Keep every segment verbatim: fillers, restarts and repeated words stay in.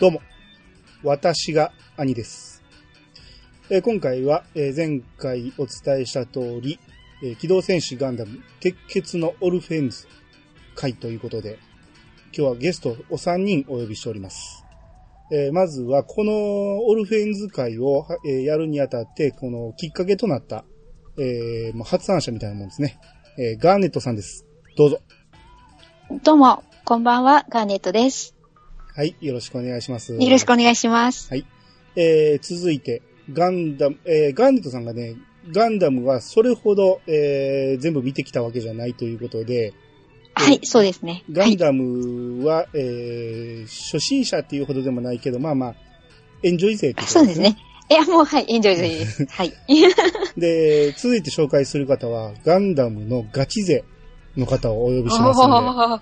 どうも、私が兄です。えー、今回は、えー、前回お伝えした通り、えー、機動戦士ガンダム鉄血のオルフェンズ回ということで、今日はゲストをさんにんお呼びしております。えー、まずはこのオルフェンズ回を、えー、やるにあたって、このきっかけとなった、えー、もう発案者みたいなもんですね。えー、ガーネットさんです。どうぞ。 どうも、こんばんは、ガーネットです。 はい、よろしくお願いします。 よろしくお願いします。 はい。えー、続いて、ガンダム、えー、ガンネットさんがね、ガンダムはそれほど、えー、全部見てきたわけじゃないということで、 はい、そうですね。 ガンダムは、はい、えー、初心者っていうほどでもないけど、まあまあ、エンジョイ勢ってことですね。そうですね。 いや、もう、はい、エンジョイ勢です。はい。 で、続いて紹介する方は、ガンダムのガチ勢の方をお呼びしますので、 はい。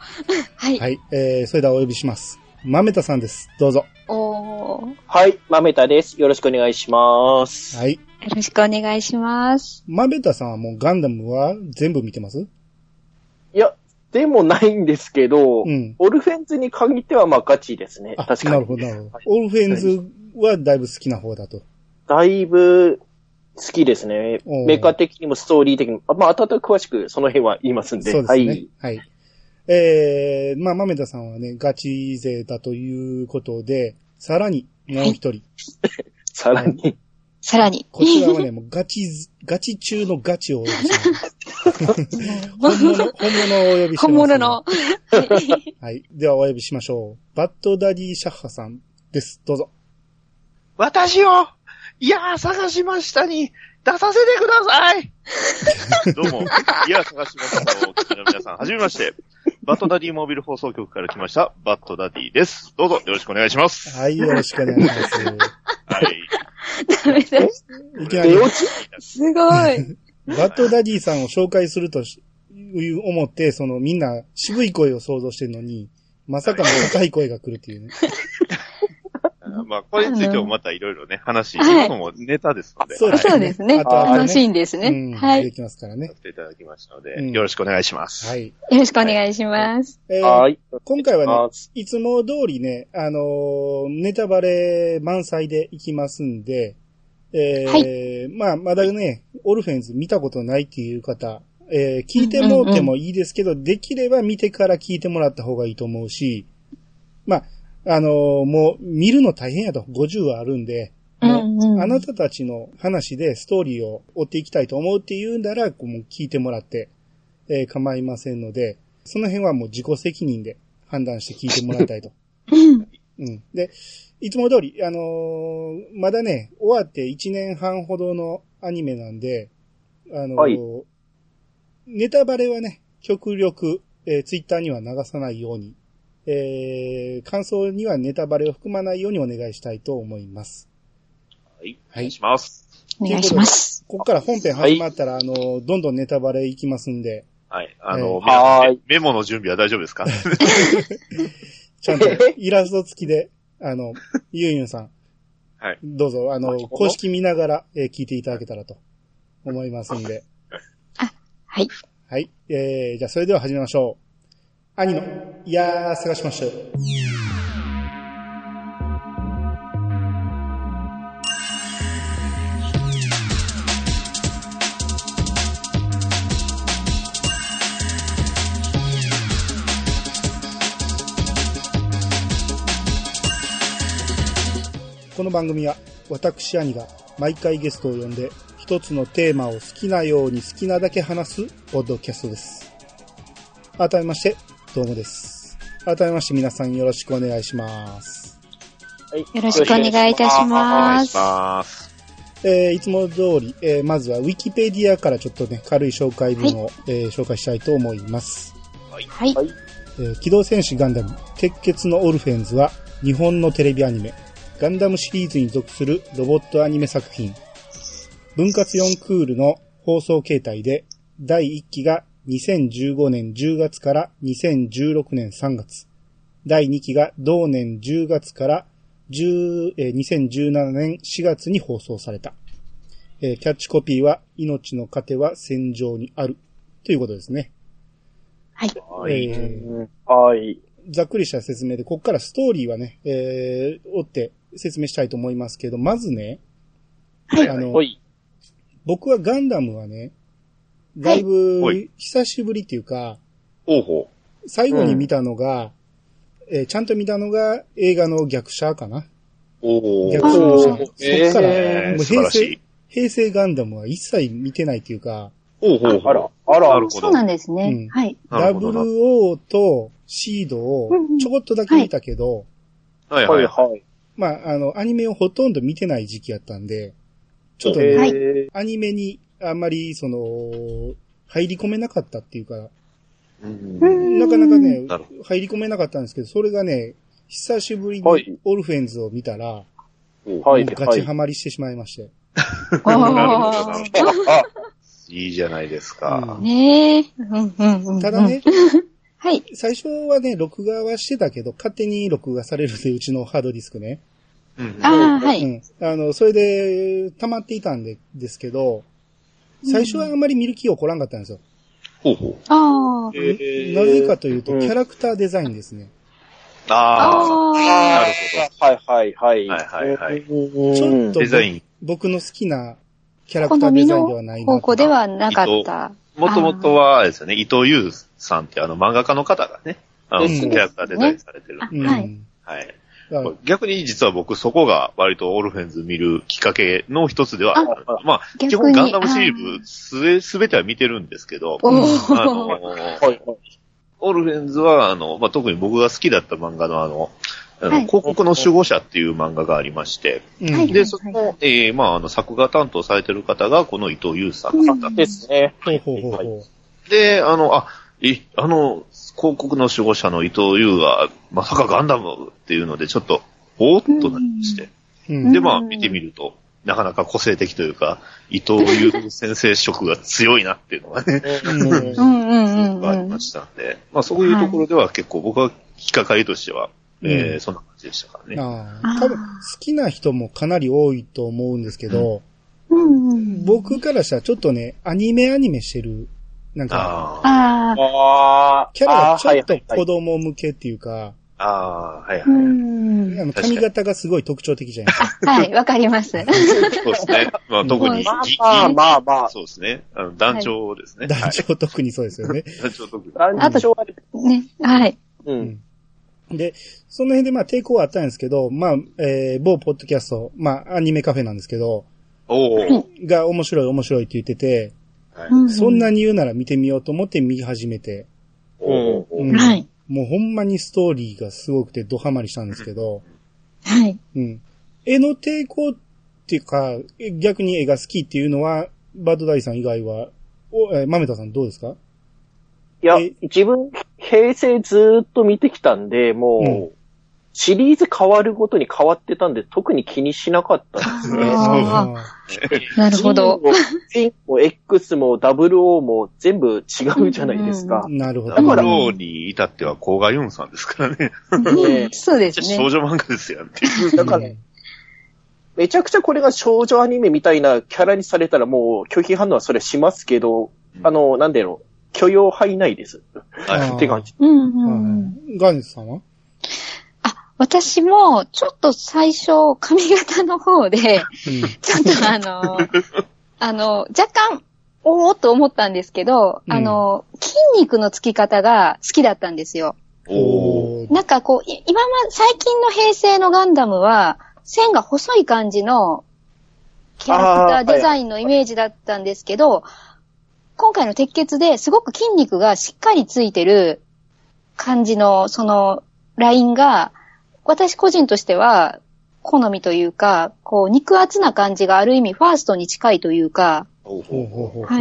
はい、えー、それではお呼びします。まめたさんです。どうぞ。 おー。 はい、まめたです。よろしくお願いします。 はい。 よろしくお願いします。 まめたさんはもうガンダムは全部見てます？ いや、でもないんですけど、 うん、 オルフェンズに限ってはまあガチですね。確かに。 なるほど、なるほど。オルフェンズはだいぶ好きな方だと。 だいぶ好きですね。メカ的にもストーリー的にも。まあ、後々詳しくその辺は言いますんで。 そうですね。 はい。 はい。えー、まあ、まめたさんはね、ガチ勢だということで、さらに、もう一人。はい、 さらに。 さらに。 こちらはね、もうガチ、ガチ中のガチをお呼びします。本物、本物をお呼びします。 本物の。 はい。ではお呼びしましょう。バッドダディシャッハさんです。どうぞ。 私を、いやー探しましたに、出させてください。どうも、いやー探しましたのお聞きの皆さん、はじめまして。バッドダディモービル放送局から来ました、バッドダディです。どうぞよろしくお願いします。 はい、よろしくお願いします。はい。 ダメだ。 いきなり。 すごい。 バッドダディさんを紹介すると思って、そのみんな渋い声を想像してるのに、まさかの高い声が来るっていうね。 まあ、これについてもまたいろいろね、話、今のもネタですので。 そうですね。楽しいんですね。 はい。できますからね。 やっていただきましたので、よろしくお願いします。 はい。 よろしくお願いします。 はい。 今回はね、いつも通りね、あの、ネタバレ満載でいきますんで、えー、まあ、まだね、オルフェンズ見たことないっていう方、えー、聞いてもらってもいいですけど、できれば見てから聞いてもらった方がいいと思うし、まあ、あのー、もう見るの大変やと、ごじゅうはあるんで、もうあなたたちの話でストーリーを追っていきたいと思うっていうんなら、もう聞いてもらって、えー、構いませんので、その辺はもう自己責任で判断して聞いてもらいたいと。うん。で、いつも通り、あのー、まだね、終わっていちねんはんほどのアニメなんで、あのーはい、ネタバレはね、極力、えー、ツイッターには流さないように、えー、感想にはネタバレを含まないようにお願いしたいと思います。 はい。お願いします。 お願いします。 ここから本編始まったら、はい、あの、どんどんネタバレいきますんで。 はい。あの、えー、はい。メモの準備は大丈夫ですか？ ちゃんとイラスト付きで、あの、ゆうゆうさん。 はい。 どうぞ、あの、公式見ながら、えー、聞いていただけたらと思いますんで。 あ、はい。 はい。えー、じゃあそれでは始めましょう。兄の、いやー、探しました。この番組は、私兄が毎回ゲストを呼んで、一つのテーマを好きなように好きなだけ話すポッドキャストです。改めまして、どうもです。改めまして皆さんよろしくお願いします。 はい。よろしくお願いいたします。お願いします。 えー、いつも通り、えー、まずはウィキペディアからちょっとね、軽い紹介文を、はい、えー、紹介したいと思います。 はい。はい。 えー、機動戦士ガンダム、鉄血のオルフェンズは、日本のテレビアニメ、ガンダムシリーズに属するロボットアニメ作品。分割よんクールの放送形態で、だいいっきがにせんじゅうごねんじゅうがつからにせんじゅうろくねんさんがつ。だいにきが同年じゅうがつからにせんじゅうななねんしがつに放送された。えー、キャッチコピーは、命の糧は戦場にある。ということですね。 はい。 えー、 はい。 ざっくりした説明で、ここからストーリーはね、えー、追って説明したいと思いますけど、まずね、 はい。 あの、 はい。 僕はガンダムはね、だいぶ久しぶりっていうか、 ほうほ最後に見たのが、うん、えー、ちゃんと見たのが映画の逆者かな。 おー。 逆者のシャン。そっから、 えー、 もう平成、平成ガンダムは一切見てないっていうか、 ほうほうほう。 あら、あら、なるほど。 そうなんですね。うん、はい。 ダブルオー とシードをちょこっとだけ見たけど、 うんうん、はいはいはい。 まあ、あの、アニメをほとんど見てない時期やったんで、ちょっとね、 えー、 アニメにあんまり、その、入り込めなかったっていうか、 うん、 なかなかね、入り込めなかったんですけど、それがね、久しぶりにオルフェンズを見たら、はい、ガチハマりしてしまいまして。 はい、いいじゃないですか。 うん、ねえ、うんうんうん。 ただね、 はい。 最初はね、録画はしてたけど、勝手に録画されるで、うちのハードディスクね。 うん、ああ、はい。 うん。あの、それで、溜まっていたんで、ですけど、最初はあんまり見る気起こらんかったんですよ。 ほうほう。 ああ。 えー、なぜかというと、キャラクターデザインですね。 ああ。なるほど。はいはいはい。 はいはいはい。 ちょっと、僕の好きなキャラクターデザインではないな。 方向ではなかった。 もともとは、あれですよね、伊藤優さんってあの漫画家の方がね、あの、キャラクターデザインされてる。 はい。 はい。逆に実は僕そこが割とオルフェンズ見るきっかけの一つではある。あまあ、基本ガンダムシリーズすべ、すべては見てるんですけど、あの、オルフェンズはあの、まあ、特に僕が好きだった漫画のあの、あのはい、広告の守護者っていう漫画がありまして、はい、で、その、えー、まあ、あの、作画担当されてる方がこの伊藤優さんだったんですね。 はい。 で、あの、あ、え、あの、広告の守護者の伊藤優が、まさかガンダムっていうので、ちょっと、おーっとなりまして。うん、で、まあ、見てみると、なかなか個性的というか、伊藤優先生色が強いなっていうのがね、ありましたんで、まあ、そういうところでは結構僕は引っかかりとしては、うん、えー、そんな感じでしたからね。 ああ、多分、好きな人もかなり多いと思うんですけど、うんうん、僕からしたらちょっとね、アニメアニメしてる、なんか、あキャラがちょっと子供向けっていうか、 ああ、はいはい。あの髪型がすごい特徴的じゃないですか。はい、わかります。そうですね。まあ特に、 まあまあまあ。 そうですね。あの団長ですね。 団長特にそうですよね。 団長特に。 団長はね、はい。 うん。で、その辺でまあ抵抗はあったんですけど、まあ、えー、某ポッドキャスト、まあアニメカフェなんですけど、 おー。 が面白い面白いって言ってて、はい、そんなに言うなら見てみようと思って見始めて、 おうん、はい。 もうほんまにストーリーがすごくてドハマりしたんですけど、 はい。 うん。絵の抵抗っていうか、逆に絵が好きっていうのは、バッドダディさん以外は、お、え、マメタさんどうですか？ いや、自分、平成ずーっと見てきたんで、もう、うん、シリーズ変わるごとに変わってたんで、特に気にしなかったですね。 なるほど。 G も X も ダブルオー も全部違うじゃないですか。 うん、なるほど。 ダブルオー に至っては甲賀ユンさんですからね。 ねそうですね。 少女漫画ですよっていう。 だから、めちゃくちゃこれが少女アニメみたいなキャラにされたらもう拒否反応はそれしますけど、うん、あの、なんだろう。許容範囲内です。はい。って感じ。 うんうんうん。 ガーネスさんは？ あ、私も、ちょっと最初、髪型の方で、うん、ちょっとあの、あの、若干、おーっと思ったんですけど、うん、あの、筋肉のつき方が好きだったんですよ。 おなんかこう、今ま、最近の平成のガンダムは、線が細い感じの、キャラクターデザインのイメージだったんですけど、今回の鉄血ですごく筋肉がしっかりついてる感じのそのラインが私個人としては好みというか、こう肉厚な感じがある意味ファーストに近いというか、はい、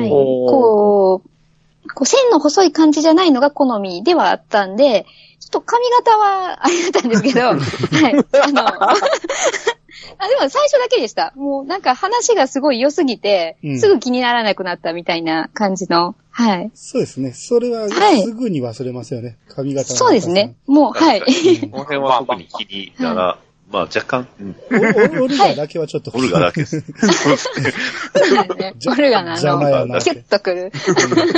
こう、こう線の細い感じじゃないのが好みではあったんで、ちょっと髪型はあれだったんですけど、はい、あのあ、でも最初だけでした。もうなんか話がすごい良すぎて、うん、すぐ気にならなくなったみたいな感じの。はい。 そうですね。それはすぐに忘れますよね。はい、髪型の。 そうですね。もう、はい。 この辺は特に気になら、まあ若干、うん、 オルガだけはちょっと。 オルガだけです。そうですね。 そうですね。オルガのあの、キュッとくる。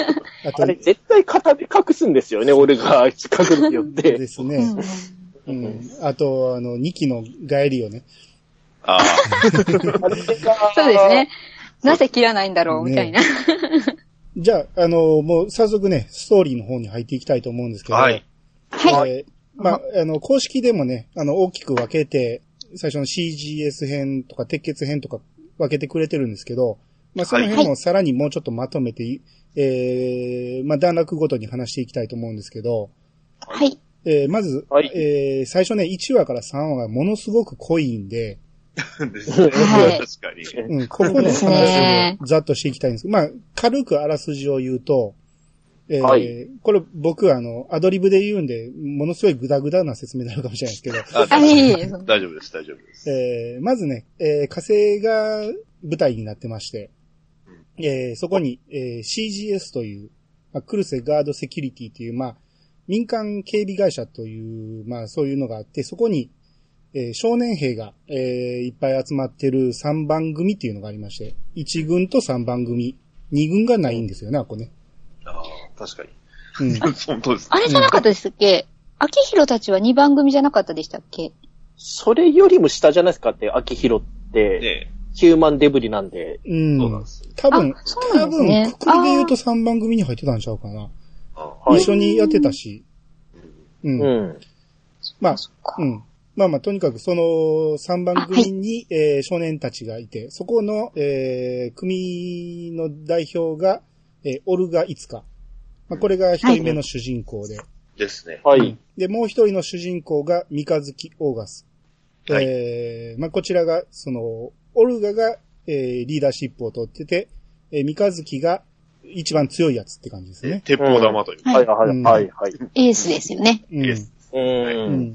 あと、 あれ絶対片目隠すんですよね、俺が近くに寄って。 ですね。うん。あと、あの、にきの帰りをね。 ああ。 そうですね。なぜ切らないんだろう、みたいな。 じゃあ、あの、もう早速ね、ストーリーの方に入っていきたいと思うんですけど。 はい。 はい。 えー、まあ、あの、公式でもね、あの、大きく分けて、最初の シージーエス 編とか鉄血編とか分けてくれてるんですけど、まあ、その辺もさらにもうちょっとまとめて、はい、えー、まあ、段落ごとに話していきたいと思うんですけど、 はい。 えー、まず、はい、えー、最初ね、いちわからさんわがものすごく濃いんで、 ですね。はい、確かに。 うん、ここの話をざっとしていきたいんですけど、まあ、軽くあらすじを言うと、えーはい、これ僕あの、アドリブで言うんで、ものすごいグダグダな説明になるかもしれないですけど。 あ、大丈夫です、大丈夫です。 えー、まずね、えー、火星が舞台になってまして、えー、そこに、えー、シージーエス という、まあ、クルセガードセキュリティという、まあ、民間警備会社という、まあ、そういうのがあって、そこに、えー、少年兵が、えー、いっぱい集まってるさんばん組っていうのがありまして、いち軍とさんばん組、に軍がないんですよね、あこね。 ああ、確かに。うん。 本当です、ね。 あれじゃなかったですっけ、うん、秋広たちはにばん組じゃなかったでしたっけ？ それよりも下じゃないですかって、秋広って、ね、ヒューマンデブリなんで。 うん。 そうなんです。 多分、多分、くくりで言うとさんばん組に入ってたんちゃうかな。一緒にやってたし。うん。うん。まあ、うん。まあまあ、とにかくそのさんばん組に、はい、えー、少年たちがいて、そこの、えー、組の代表が、えー、オルガ・イツカ。まあ、これが一人目の主人公で。はい、 ですね。 はい。 で、もう一人の主人公が三日月オーガス。はい、えー、まあ、こちらが、その、オルガが、えー、リーダーシップを取ってて、えー、三日月が一番強いやつって感じですね。 鉄砲玉という。 うん、はいはいはいはい。 エースですよね。 うん、 エース。 うん。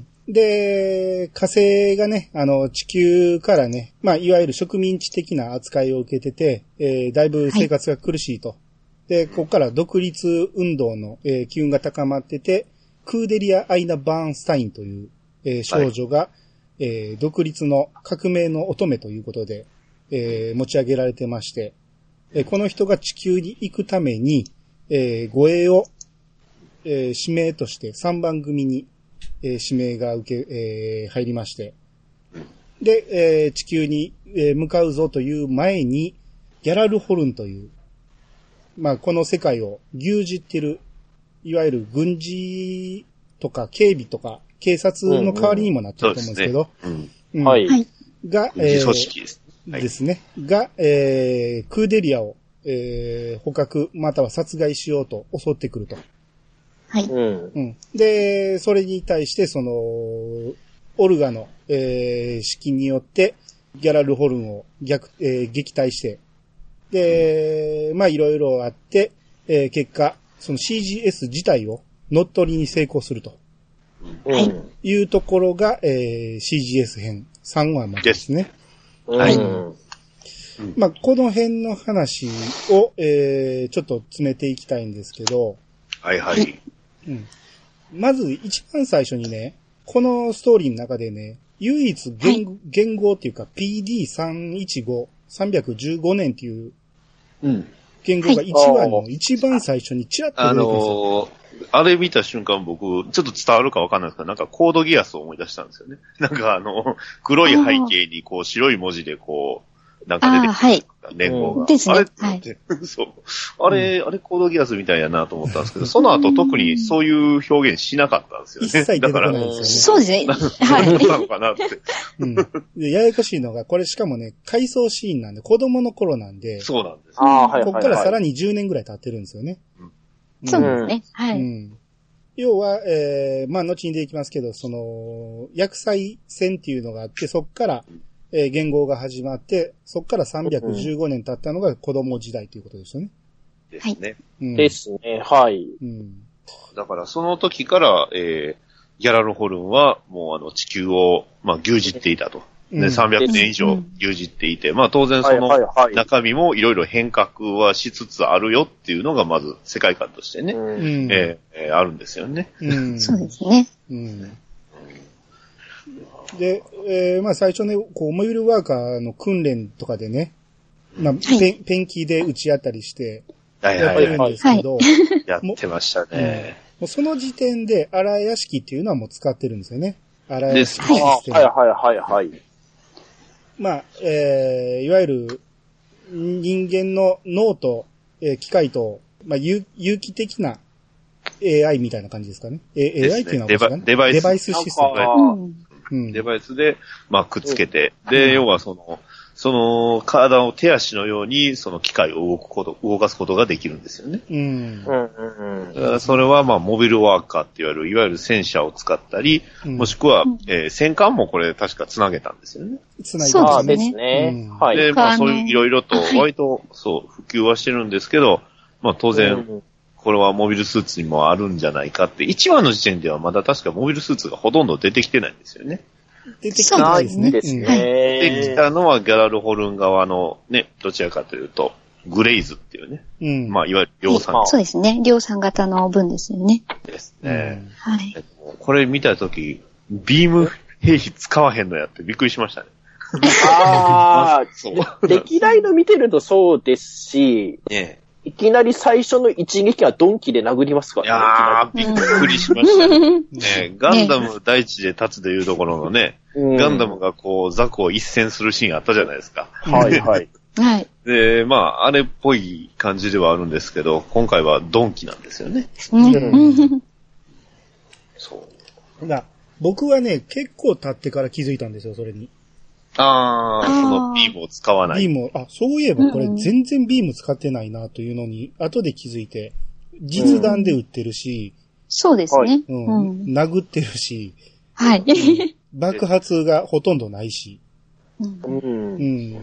で、火星がね、あの、地球からね、まあ、いわゆる植民地的な扱いを受けてて、えー、だいぶ生活が苦しいと。はい、で、ここから独立運動の、えー、機運が高まってて、クーデリア・アイナ・バーンスタインという、えー、少女が、はい、えー、独立の革命の乙女ということで、えー、持ち上げられてまして、えー、この人が地球に行くために、えー、護衛を、えー、指名としてさんばん組に、えー、指名が受け、えー、入りまして。で、えー、地球に、えー、向かうぞという前に、ギャラルホルンという、まあ、この世界を牛耳ってる、いわゆる軍事とか警備とか警察の代わりにもなっちゃうと思うんですけど。 うんうんうん、はい。 が、 えー、組織です。 はい、ですね。が、えー、クーデリアを、えー、捕獲、または殺害しようと襲ってくると。 はい。 うんうん。で、それに対して、その、オルガの、えー、指揮によって、ギャラルホルンを逆、えー、撃退して、で、まあ、いろいろあって、えー、結果、その シージーエス 自体を乗っ取りに成功すると。 はい。 いうところが、えー、シージーエス 編さんわまでですね。 はい。 まあ、この辺の話を、えー、ちょっと詰めていきたいんですけど。 はいはい。 うん、まず一番最初にね、このストーリーの中でね、唯一言、はい、言語っていうか ピーディーさんいちご、さんびゃくじゅうごねんっていう言語がいちわの一番最初にチラッと出てくるんですよ。 あのー、あれ見た瞬間僕、ちょっと伝わるかわかんないですけど、なんかコードギアスを思い出したんですよね。なんかあの、黒い背景にこう白い文字でこう、なんか出てくる。 はい。 年号が。 ですね。 あれ、 はい、 そう。あれ、うん、あれコードギアスみたいやなと思ったんですけど、その後特にそういう表現しなかったんですよね。 一切出てこないですよね。 そうですね。 はい。なのかなって。 うん。で、ややこしいのが、これしかもね、回想シーンなんで、子供の頃なんで。 そうなんです、ね。 ああ、はい。 ここからさらにじゅうねんぐらい経ってるんですよね。 うん、そうですね。はい。 うん。要は、えー、まあ、後に出てきますけど、その、薬剤戦っていうのがあって、そっから、えー、言語が始まって、そっからさんびゃくじゅうごねん経ったのが子供時代ということですよね。 ですね。 うん、 ですね、はい。 うん、 だからその時から、えー、ギャラルホルンはもうあの地球を、まあ、牛耳っていたと。ね、うん、さんびゃくねん以上牛耳っていて、まあ当然その中身もいろいろ変革はしつつあるよっていうのがまず世界観としてね、うん、えーえー、あるんですよね。 うん、そうですね。 うんで、えー、まあ最初ね、こう、モビルワーカーの訓練とかでね、まあ、ペン、ペンキで打ち当たりして、 やってるんですけど、 やってましたね。 もうその時点で荒屋敷っていうのはもう使ってるんですよね。荒屋敷システム。 はいはいはいはい。 まあ、えー、いわゆる人間の脳と、えー、機械と、まあ、有有機的な エーアイ みたいな感じですかね。えー、エーアイ っていうのはデバ、デバイス。 デバイスシステム。 うん、 デバイスで、まあ、くっつけて、うん、で、要はその、その体を手足のようにその機械を動くこと、動かすことができるんですよね。うん。うんうんうん、それはまあモビルワーカーっていわれる、いわゆる戦車を使ったり、うん、もしくは、えー、戦艦もこれ確か繋げたんですよね。 繋げたんですね。うん、はい。 で、まあそういういろいろと割とそう普及はしてるんですけど、まあ当然、これはモビルスーツにもあるんじゃないかって、いちわの時点ではまだ確かモビルスーツがほとんど出てきてないんですよね。 出てきてないですね。 ですね。 で、来たのはギャラルホルン側のね、どちらかというと、グレイズっていうね。うん。まあ、いわゆる量産。 そうですね。量産型の分ですよね。 ですね。 うん、はい。 これ見たとき、ビーム兵士使わへんのやってびっくりしましたね。 ああ、そう。歴代の見てるとそうですし、ねいきなり最初の一撃はドンキで殴りますからね。いやー、びっくりしましたね。ねガンダム大地で立つというところのね、ねガンダムがこう、ザクを一戦するシーンあったじゃないですか。 はいはい。 はい。 で、まあ、あれっぽい感じではあるんですけど、今回はドンキなんですよね。 うん、 そう。だ僕はね、結構経ってから気づいたんですよ、それに。 ああ、そのビームを使わない。 ビームを、あ、そういえばこれ全然ビーム使ってないなというのに、後で気づいて、実弾で撃ってるし、うん、 そうですね、 うんうん。殴ってるし、 はい。 爆発がほとんどないし。 うん。 うん。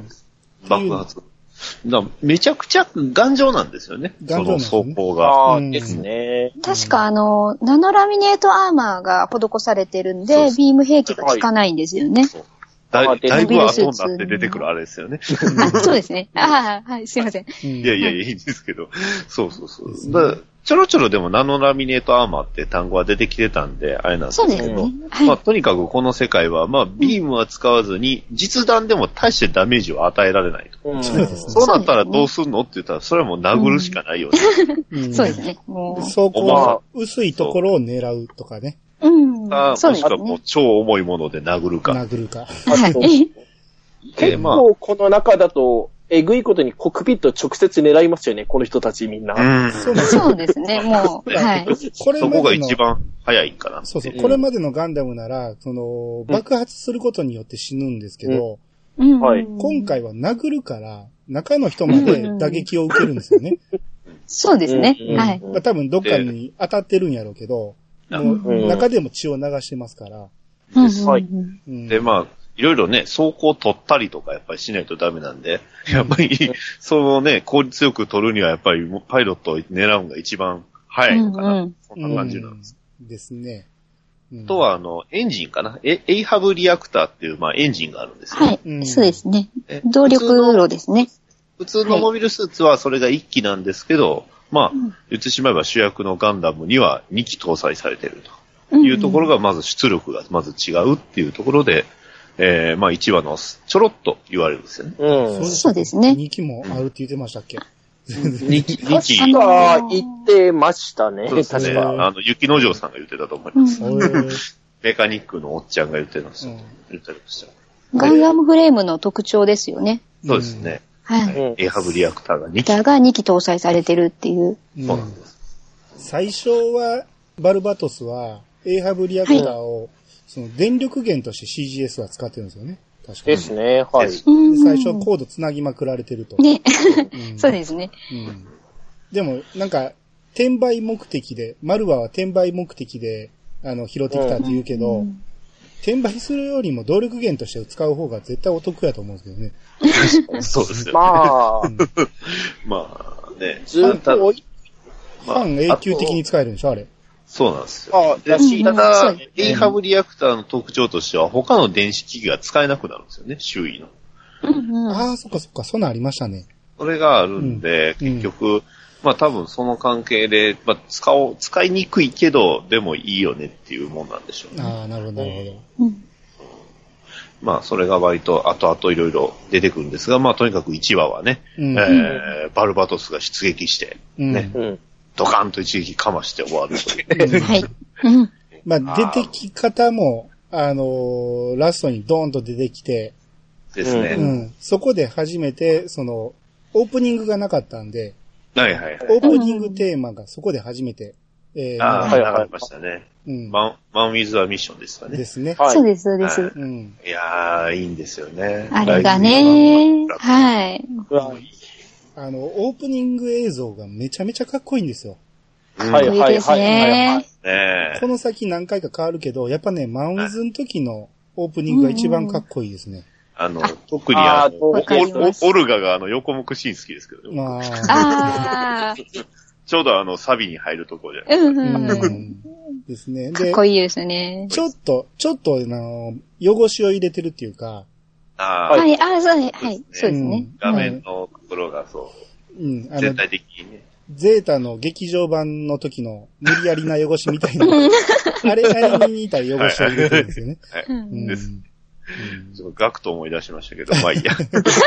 爆発。だめちゃくちゃ頑丈なんですよね。 頑丈なんですね。 その装甲が。 あですね。 確かあの、ナノラミネートアーマーが施されてるんで、ビーム兵器が効かないんですよね。はいだい, だいぶ後になって出てくるあれですよね。 あ、そうですね。ああ、はい、すいません。 いやいやいや、いいんですけど。そうそうそう。だちょろちょろでもナノラミネートアーマーって単語は出てきてたんで、あれなんですけど。そうですね。はい、まあ、とにかくこの世界は、まあ、ビームは使わずに、実弾でも大してダメージを与えられないと。うん、そうですね。そうなったらどうすんのって言ったら、それはもう殴るしかないよね。 うんうん、そうですね。 もう。そこは薄いところを狙うとかね。 うん。 あもしくはもう超重いもので殴るか。 殴るか。 はい。 結構この中だと、えぐいことにコックピット直接狙いますよね、この人たちみんな。 うん、そうですね、もう。はい。 これそこが一番早いかな。 そうそう。これまでのガンダムなら、その、爆発することによって死ぬんですけど、 うんはい、 今回は殴るから、中の人まで打撃を受けるんですよね。 そうですね、はい。 まあ、多分どっかに当たってるんやろうけど、もう中でも血を流してますから。 はい。 で、まあ、いろいろね、走行を取ったりとかやっぱりしないとダメなんで、やっぱり、そのね、効率よく取るにはやっぱりパイロットを狙うのが一番早いのかな。うんうん、そんな感じなんです。 うん、ですね。 うん、とは、あの、エンジンかな。エイハブリアクターっていう、まあ、エンジンがあるんですよ、ね。 はい、うん。そうですね。動力炉ですね。 普通のモビルスーツはそれがいっきなんですけど、はい、まあ、言ってしまえば主役のガンダムにはにき搭載されているというところが、まず出力がまず違うっていうところで、えー、まあいちわのちょろっと言われるんですよね。 うん。そうですね。 にきもあるって言ってましたっけ？ にき、にき。 確か言ってましたね。 そうですね。確か。あの、雪之丞さんが言ってたと思います。うん、メカニックのおっちゃんが言ってました。うん、言ってました。 ガンダムフレームの特徴ですよね。 そうですね。 はい。 エイハブリアクターがにき。 がにき搭載されてるっていう。 そうなんです。 最初は、バルバトスは、エイハブリアクターを、はいその電力源として シージーエス は使ってるんですよね。確かに。 ですね、はい。 最初コード繋ぎまくられてると。 ね。うん、そうですね、 うん。でも、なんか、転売目的で、マルバは転売目的で、あの、拾ってきたって言うけど、うん、転売するよりも動力源として使う方が絶対お得やと思うんですけどね。そうですよね。 まあ、うん、 まあね。 ずっと、 ファン永久的に使えるんでしょあれ。 そうなんですよ。 あしただ、エイハブリアクターの特徴としては、他の電子機器が使えなくなるんですよね、周囲の。 うんうん、 ああ、そっかそっか、そんなんありましたね。 それがあるんで、うん、結局、うん、まあ多分その関係で、まあ使おう、使いにくいけど、でもいいよねっていうもんなんでしょうね。 ああ、なるほど、なるほど。うん、 まあ、それが割と後々いろいろ出てくるんですが、まあ、とにかくいちわはね、 うんえー、バルバトスが出撃して、ね、 うんうん。 ドカンと一撃かまして終わるという。 はい。うんまあ、出てき方も、あのーラストにドーンと出てきて、 ですね。 うん。そこで初めて、その、オープニングがなかったんで、 はいはいはい。 オープニングテーマがそこで初めて、えー、 ああ、 はいはい流れましたね。 うん。 マン、マンウィズ・ア・ミッションですかね。 ですね。 はい。 そうです、そうです。 はいうん。 いやー、いいんですよね。 あれがね、 ライはい。 うわあの、オープニング映像がめちゃめちゃかっこいいんですよ。 ブはいいいですね。 ねこの先何回か変わるけど、やっぱね、マンウィズの時のオープニングが一番かっこいいですね。 あの、特にあの、 あーわかりますオオルガがあの、横向くシーン好きですけど、 まあ、 ああ、 ちょうどあの、サビに入るところじゃないうんううん。 ん。ですね。 かっで、 こいいですね。 ちょっと、ちょっと、あの、汚しを入れてるっていうか、 ああ、 はい、あそうね、はい、そうですね。 画面のところがそう、 うん、あの全、体的にね。 ゼータの劇場版の時の無理やりな汚しみたいな、あれ、あれに似た汚しを入れてるんですよね。 はい。 うんうんです。 うんちょっとガクと思い出しましたけど、まあいいや。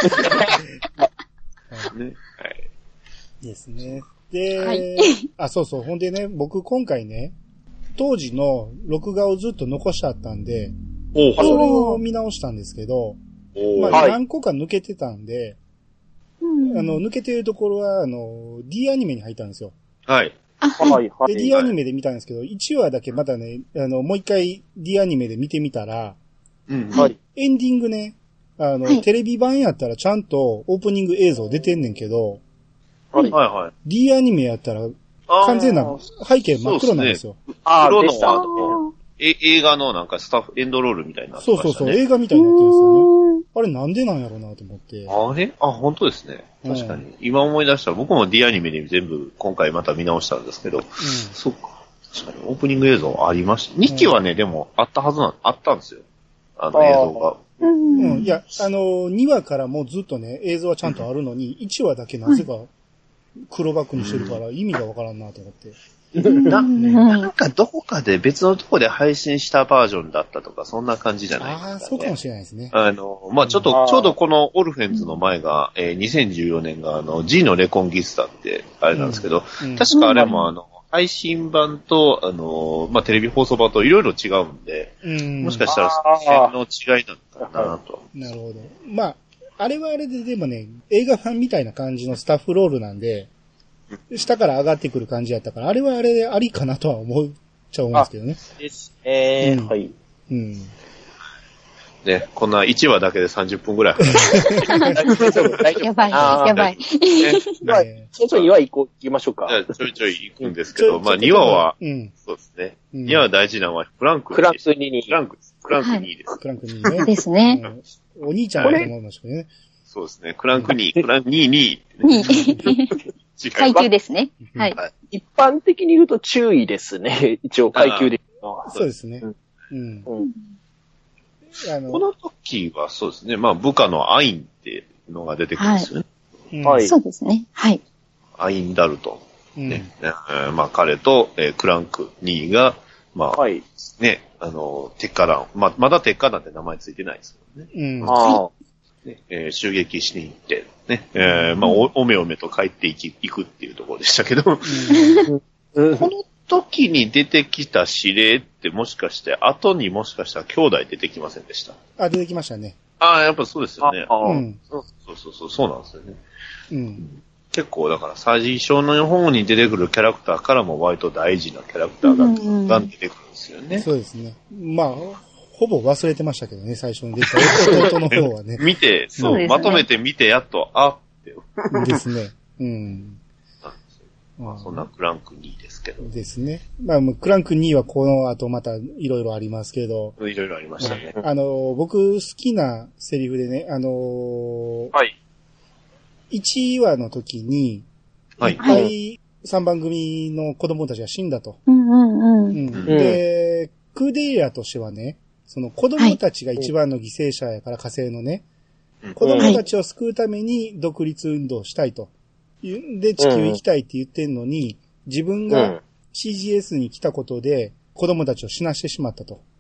ね。はい。 ですね。で、 はいあ、そうそう。ほんでね、僕今回ね、当時の録画をずっと残してあったんで、 おうそれを見直したんですけど、 おうまあ、 はい何個か抜けてたんで、 うんあの、抜けてるところは、あの、D アニメに入ったんですよ。 はい。 あ、 ははい。 い、はい。 で、D アニメで見たんですけど、いちわだけまたね、あの、もう一回 D アニメで見てみたら、 うん。 はい。 エンディングね、あの、 はいテレビ版やったらちゃんとオープニング映像出てんねんけど、 はい。 はいはい。 D アニメやったらあー完全な背景真っ黒なんですよ。 ああ、 黒のでした。 あのえ映画のなんかスタッフ、エンドロールみたいになってそうそうそう、 ましたね。 映画みたいになってるんですよね。あれなんでなんやろうなと思って。 あれあ、本当ですね。確かに。今思い出したら、僕も D アニメで全部今回また見直したんですけど、そっか。確かにオープニング映像ありました。にきはね、でもあったはずなん、あったんですよ。あの映像が。 うんうん。うん。いや、あの、にわからもうずっとね、映像はちゃんとあるのに、いちわだけなぜか黒バックにしてるから意味がわからんなと思って。 な、 うんなんかどこかで別のとこで配信したバージョンだったとか、そんな感じじゃないですか、ね。 ああ、そうかもしれないですね。 あの、まあ、ちょっあと、 ーちょうどこのオルフェンズの前が、えーにせんじゅうよねんが、あの、G のレコンギスタって、あれなんですけど、 うん確かあれもあの、配信版と、あの、まあ、テレビ放送版といろいろ違うんで、 うん。 もしかしたら、 あー線の違いなのかなと。 なるほど。まあ、あれはあれででもね、映画版みたいな感じのスタッフロールなんで、下から上がってくる感じやったから、あれはあれでありかなとは思っちゃうんですけどね。 です。えー、 うんはい。 うん。 ね、こんないちわだけでさんじゅっぷんぐらい話大丈夫、大丈夫。 やばい、 あーやばい。 してね。 まあねそろそろにわ行こう、行きましょうかじ。ゃあちょいちょい行くんですけちょど、まあにわは、 うん。 そうですね。 うんにわは大事なのはフランク。 クランクににフランクです。クランクにです。 クランクにね。 ですね。 うんお兄ちゃんだと思いましたけどね。 そうですね。クランクに、クランクに、に。 に違い階級ですね。はい。 一般的に言うと注意ですね。一応階級で言うのは。 そうですねうん。 うん。 うん。 あの、 この時はそうですね。まあ部下のアインっていうのが出てくるんですよね。 うんはいそうですね。はい。 アインダルトン。 うんね。えーまあ彼と、えークランクにが、まあ、 はい。 ね、あの、鉄火団。まあ、まだ鉄火団って名前ついてないですけどね。 うん。 ああ。 ねえー襲撃しに行って、ね。えーまあお、おめおめと帰っていき、行くっていうところでしたけど、 うんこの時に出てきた指令ってもしかして、後にもしかしたら兄弟出てきませんでした。 あ、出てきましたね。 ああ、やっぱそうですよね。 ああうん。 そうそうそう、そうなんですよね。 うん。 結構だから最初の方に出てくるキャラクターからも割と大事なキャラクターが、 うんうんが出てくるんですよね。 そうですね。まあ、ほぼ忘れてましたけどね、最初に出た弟の方はね。 見て、そう、 そうですねまとめて見てやっと、あって、 ですね。うん。 なんですよ。まあそんなクランクにですけど、 ですね。まあ、もうクランクにはこの後またいろいろありますけど、 いろいろありましたね。 あの、僕好きなセリフでね、あの、 はい。 いちわの時に、 はいいっぱいさんばん組の子供たちが死んだと。 うんうんううん。 ん、で、クーデリアとしてはね、その子供たちが一番の犠牲者やから火星のね、 うん子供たちを救うために独立運動をしたいと。で、地球行きたいって言ってんのに、自分が シージーエス に来たことで子供たちを死なしてしまったと。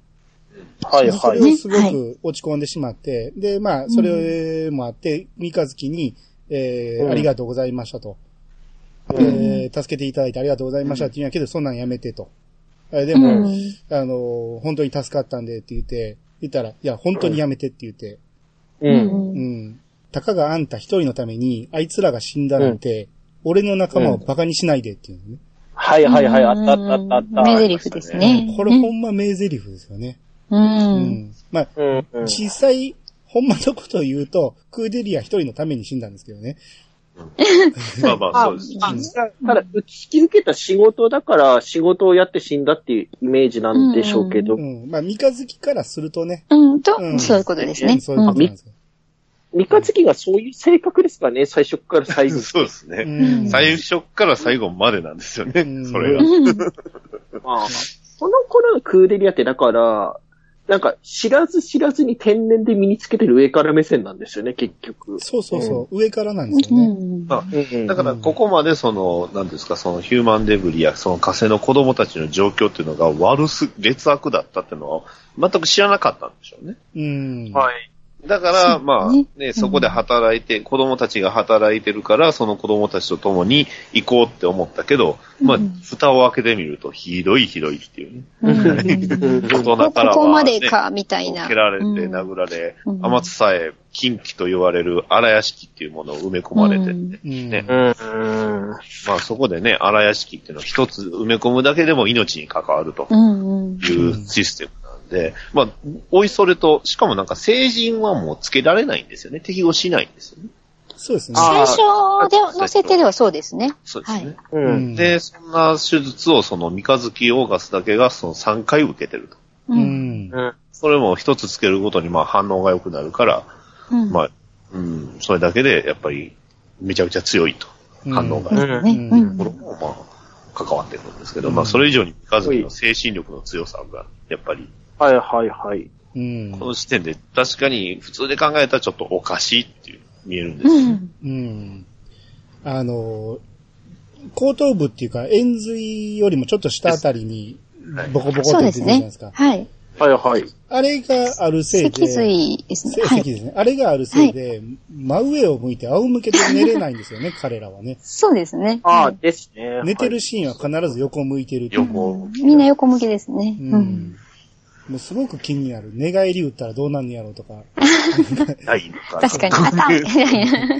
はいそれはい。 をすごく落ち込んでしまって、で、まあ、それもあって、三日月に、えーうんありがとうございましたと。 うんえー助けていただいてありがとうございましたって言うんやけど、そんなんやめてと。えでも、 うんあの、本当に助かったんでって言って、言ったら、いや、本当にやめてって言って、 う。 うん。 うんん。たかがあんた一人のために、あいつらが死んだなんて、俺の仲間をバカにしないでっていうね。 はいはいはい、あったあったあったあった。 名台詞ですね。 これほんま名台詞ですよね。 う。 うんん。まあ、 うんうん。 実際、ほんまのことを言うと、クーデリア一人のために死んだんですけどね。 まあまあ、そうです。 あただ、引き受けた仕事だから仕事をやって死んだっていうイメージなんでしょうけど。 うん。まあ、三日月からするとね。 うん、とう、んそういうことですね。 そういうことなんですよ。 三日月がそういう性格ですかね、最初から最後に。 そうですね。 うん最初から最後までなんですよね、 うんそれが。 うんまあ、その頃のクーデリアってだから、なんか知らず知らずに天然で身につけてる上から目線なんですよね、結局。 そうそうそう。上からなんですうよね。 んまあうんだから、ここまでその、なんですか、そのヒューマンデブリや、その火星の子供たちの状況っていうのが悪す、劣悪だったっていうのは、全く知らなかったんでしょうね。 うん。 はい。 だから、まあね、 ね、そこで働いて、子供たちが働いてるから、その子供たちと共に行こうって思ったけど、まあうん、 蓋を開けてみると、ひどいひどいっていうね。 うん大人こからは、ね、 こまでか、みたいな。 蹴られて、 うん殴られ、 うん天津さえ、禁忌と言われる荒屋敷っていうものを埋め込まれて、 うんうん。 ねうん。 まあそこでね、荒屋敷っていうのを一つ埋め込むだけでも命に関わるとうんうん。 いうシステムなんで、まあ、おいそれと、しかもなんか成人はもうつけられないんですよね。適合しないんですよね。 そうですね。 あ最初での設定ではそうですね。 そうですね。 う。 うんん。 で、そんな手術をその三日月オーガスだけがそのさんかい受けてると。 ううん。 ん。 うん。 それも一つつけるごとにまあ反応が良くなるから、 うんまあ、うん、それだけでやっぱりめちゃくちゃ強いと。反応が。 うんね。 うんうんところもまあ関わってくるんですけど、まあそれ以上に三日月の精神力の強さがやっぱりはいはいはい。 うん。 この時点で確かに普通で考えたらちょっとおかしいっていう見えるんですよ。 うん。 うん。あの、後頭部っていうか、円髄よりもちょっと下あたりにはい、 ボコボコそうですって出てるじゃないでねすか。。 はい。 はいはい。 あれがあるせいで、 脊髄ですね。 せはい。 脊ですね。あれがあるせいで、真上を向いて仰向けで寝れないんですよね、彼らはね。 そうですね。 ああ、 はいですね。 寝てるシーンは必ず横向いてるっていう。 横みんな横向きですね。 ううんん。 もうすごく気になる。寝返り打ったらどうなんねやろうとか。 ないのか。 確かに。あったみたいな。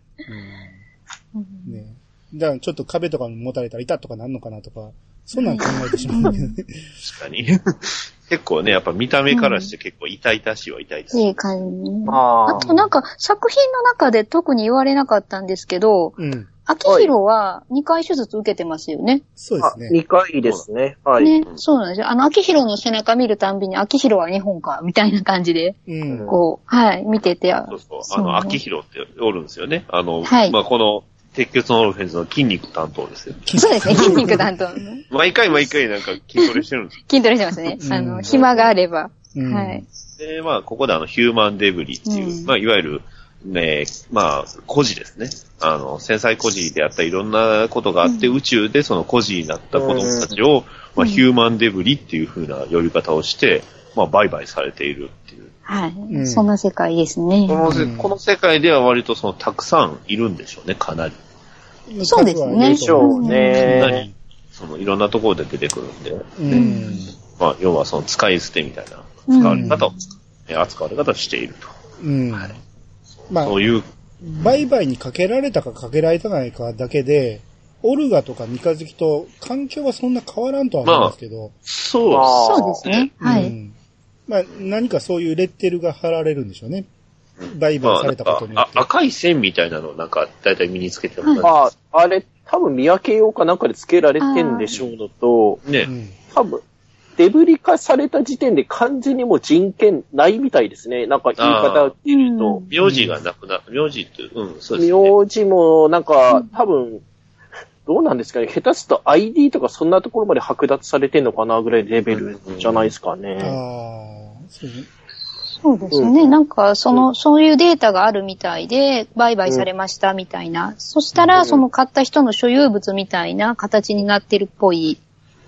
うんね。だからちょっと壁とかに持たれたら痛っとかなんのかなとか、そんなん考えてしまうけどね。 確かに。結構ね、やっぱ見た目からして結構痛々しいは痛々しい。 いい感じ。 ああとなんか作品の中で特に言われなかったんですけど、 うん。 秋広はにかい手術受けてますよね。 あ、 そうですね。 にかいですね。はい。 ね、そうなんですよ。あの、秋広の背中見るたんびに、秋広は日本か、みたいな感じで、 うん。 こう、はい、見てて、 そうそう。あそうねの、秋広っておるんですよね。あの、 はいまあ、この、鉄血のオルフェンズの筋肉担当ですよ。 そうですね、筋肉担当の。 毎回毎回なんか筋トレしてるんですよ。 筋トレしてますね。 うんあの、暇があれば。 うんはい。 で、まあ、ここであの、ヒューマンデブリっていう、 うんまあ、いわゆる、ね、まあ、孤児ですね。あの、繊細孤児であったいろんなことがあって、 うん宇宙でその孤児になった子供たちを、まあ、ヒューマンデブリっていう風な呼び方をして、まあ、売買されているっていう。 はい、 うんそんな世界ですねこ。のせ、 うんこの世界では割とその、たくさんいるんでしょうね、かなり。 そうですねでしょうかなね。 り、その、いろんなところで出てくるんで。 うん。 まあ、要はその、使い捨てみたいな、 うん使われ方を、え扱われ方をしていると。 うん。 はいまあ、 そういう、 売買にかけられたかかけられたないかだけで、オルガとか三日月と環境はそんな変わらんとは思うんですけど、 そうあーそうですね。はい。 うんまあ、何かそういうレッテルが貼られるんでしょうね。売まあ、 買されたことによって。 あ赤い線みたいなのをなんか、だいたい身につけてもらう。 あ、あれ、多分見分けようかなんかで付けられてんでしょうのと、 ねう。ん多分、デブリ化された時点で完全にもう人権ないみたいですね。なんか言い方を言うと。 名字がなくな、名字って、うん、そうですね。 名字もなんか、多分、どうなんですかね。下手すると アイディー とかそんなところまで剥奪されてんのかなぐらいレベルじゃないですかね。 ああ、そうね。 そうですね。なんか、その、そういうデータがあるみたいで、売買されましたみたいな。そしたら、その買った人の所有物みたいな形になってるっぽい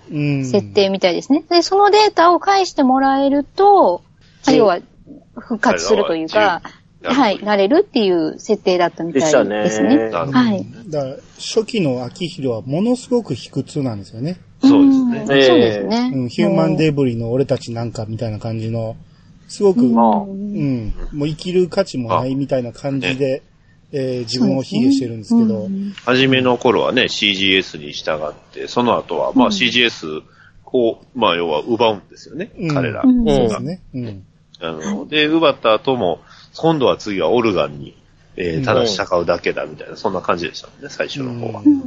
設定みたいですね。で、そのデータを返してもらえると、要は復活するというか、はい、なれるっていう設定だったみたいですね。 でしたね。 はい。 だから初期の秋広はものすごく卑屈なんですよね。 そうですね。 そうですね、 うん。ヒューマンデブリの俺たちなんかみたいな感じの、すごく、うん、うん、もう生きる価値もないみたいな感じで、えー、自分を卑下してるんですけど。 初めの頃はね、シージーエス に従って、その後は、まあ シージーエス を、まあ要は奪うんですよね、うん、彼ら。 うん、そうですね。うん。あの、で、奪った後も、今度は次はオルガンに、えー、ただ従うだけだみたいな、そんな感じでしたもんね、最初の方は。うん。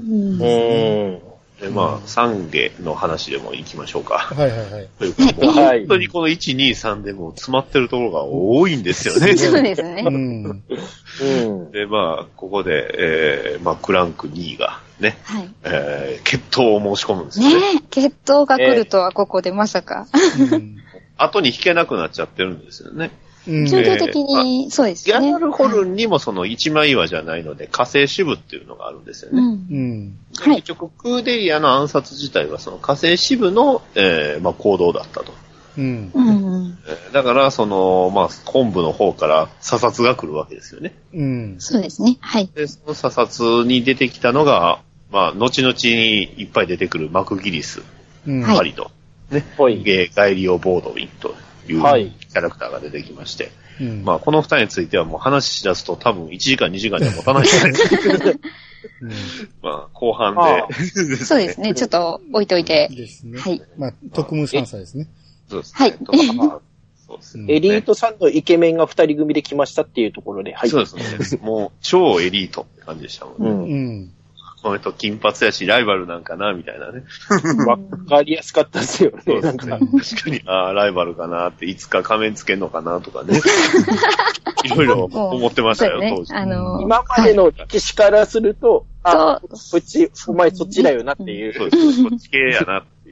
で、まあ、三下の話でも行きましょうか。 はいはいはい。 というか、本当にこのいち、に、さんでも詰まってるところが多いんですよね。 そうですね。うん。 で、まあ、ここで、えー、まあ、クランクにがね、はい、えー、決闘を申し込むんですよね。 ねえ、決闘が来るとはここでまさか。 うん、 後に引けなくなっちゃってるんですよね。 重量的に、そうですね。 ギャナルホルンにもその一枚岩じゃないので、火星支部っていうのがあるんですよね。 うんはい、 結局、クーデリアの暗殺自体はその火星支部の、えーまあ、行動だったと。 うんえー、だから、その、まあ、本部の方から査察が来るわけですよね。 うん、 そうですね。はい。 で、その査察に出てきたのが、まあ、後々にいっぱい出てくるマクギリス、ハリド、ね、はい、ガイリオ・ボードウィンと。いうキャラクターが出てきまして、はい、まあこの二人についてはもう話し出すと多分いちじかんにじかんじゃ持たないじゃないですか。うん、まあ後半で、 ね、そうですね。ちょっと置いといて。 ですね。 はい。 まあ特務さんさですね。 そうですね。はい。 そうですね。エリートさんのイケメンが二人組で来ましたっていうところで、はい。 そうですね。もう超エリートって感じでしたもんね。 うん。うんこの人金髪やし、ライバルなんかな、みたいなね。 わかりやすかったですよね。 そうですね。確かに、ああ、ライバルかなって、いつか仮面つけんのかなとかね。いろいろ思ってましたよ、ね、当時。 あのー。今までの歴史からすると、あ、そっち、お前そっちだよなっていう。 そうです。そっち系やなっていう、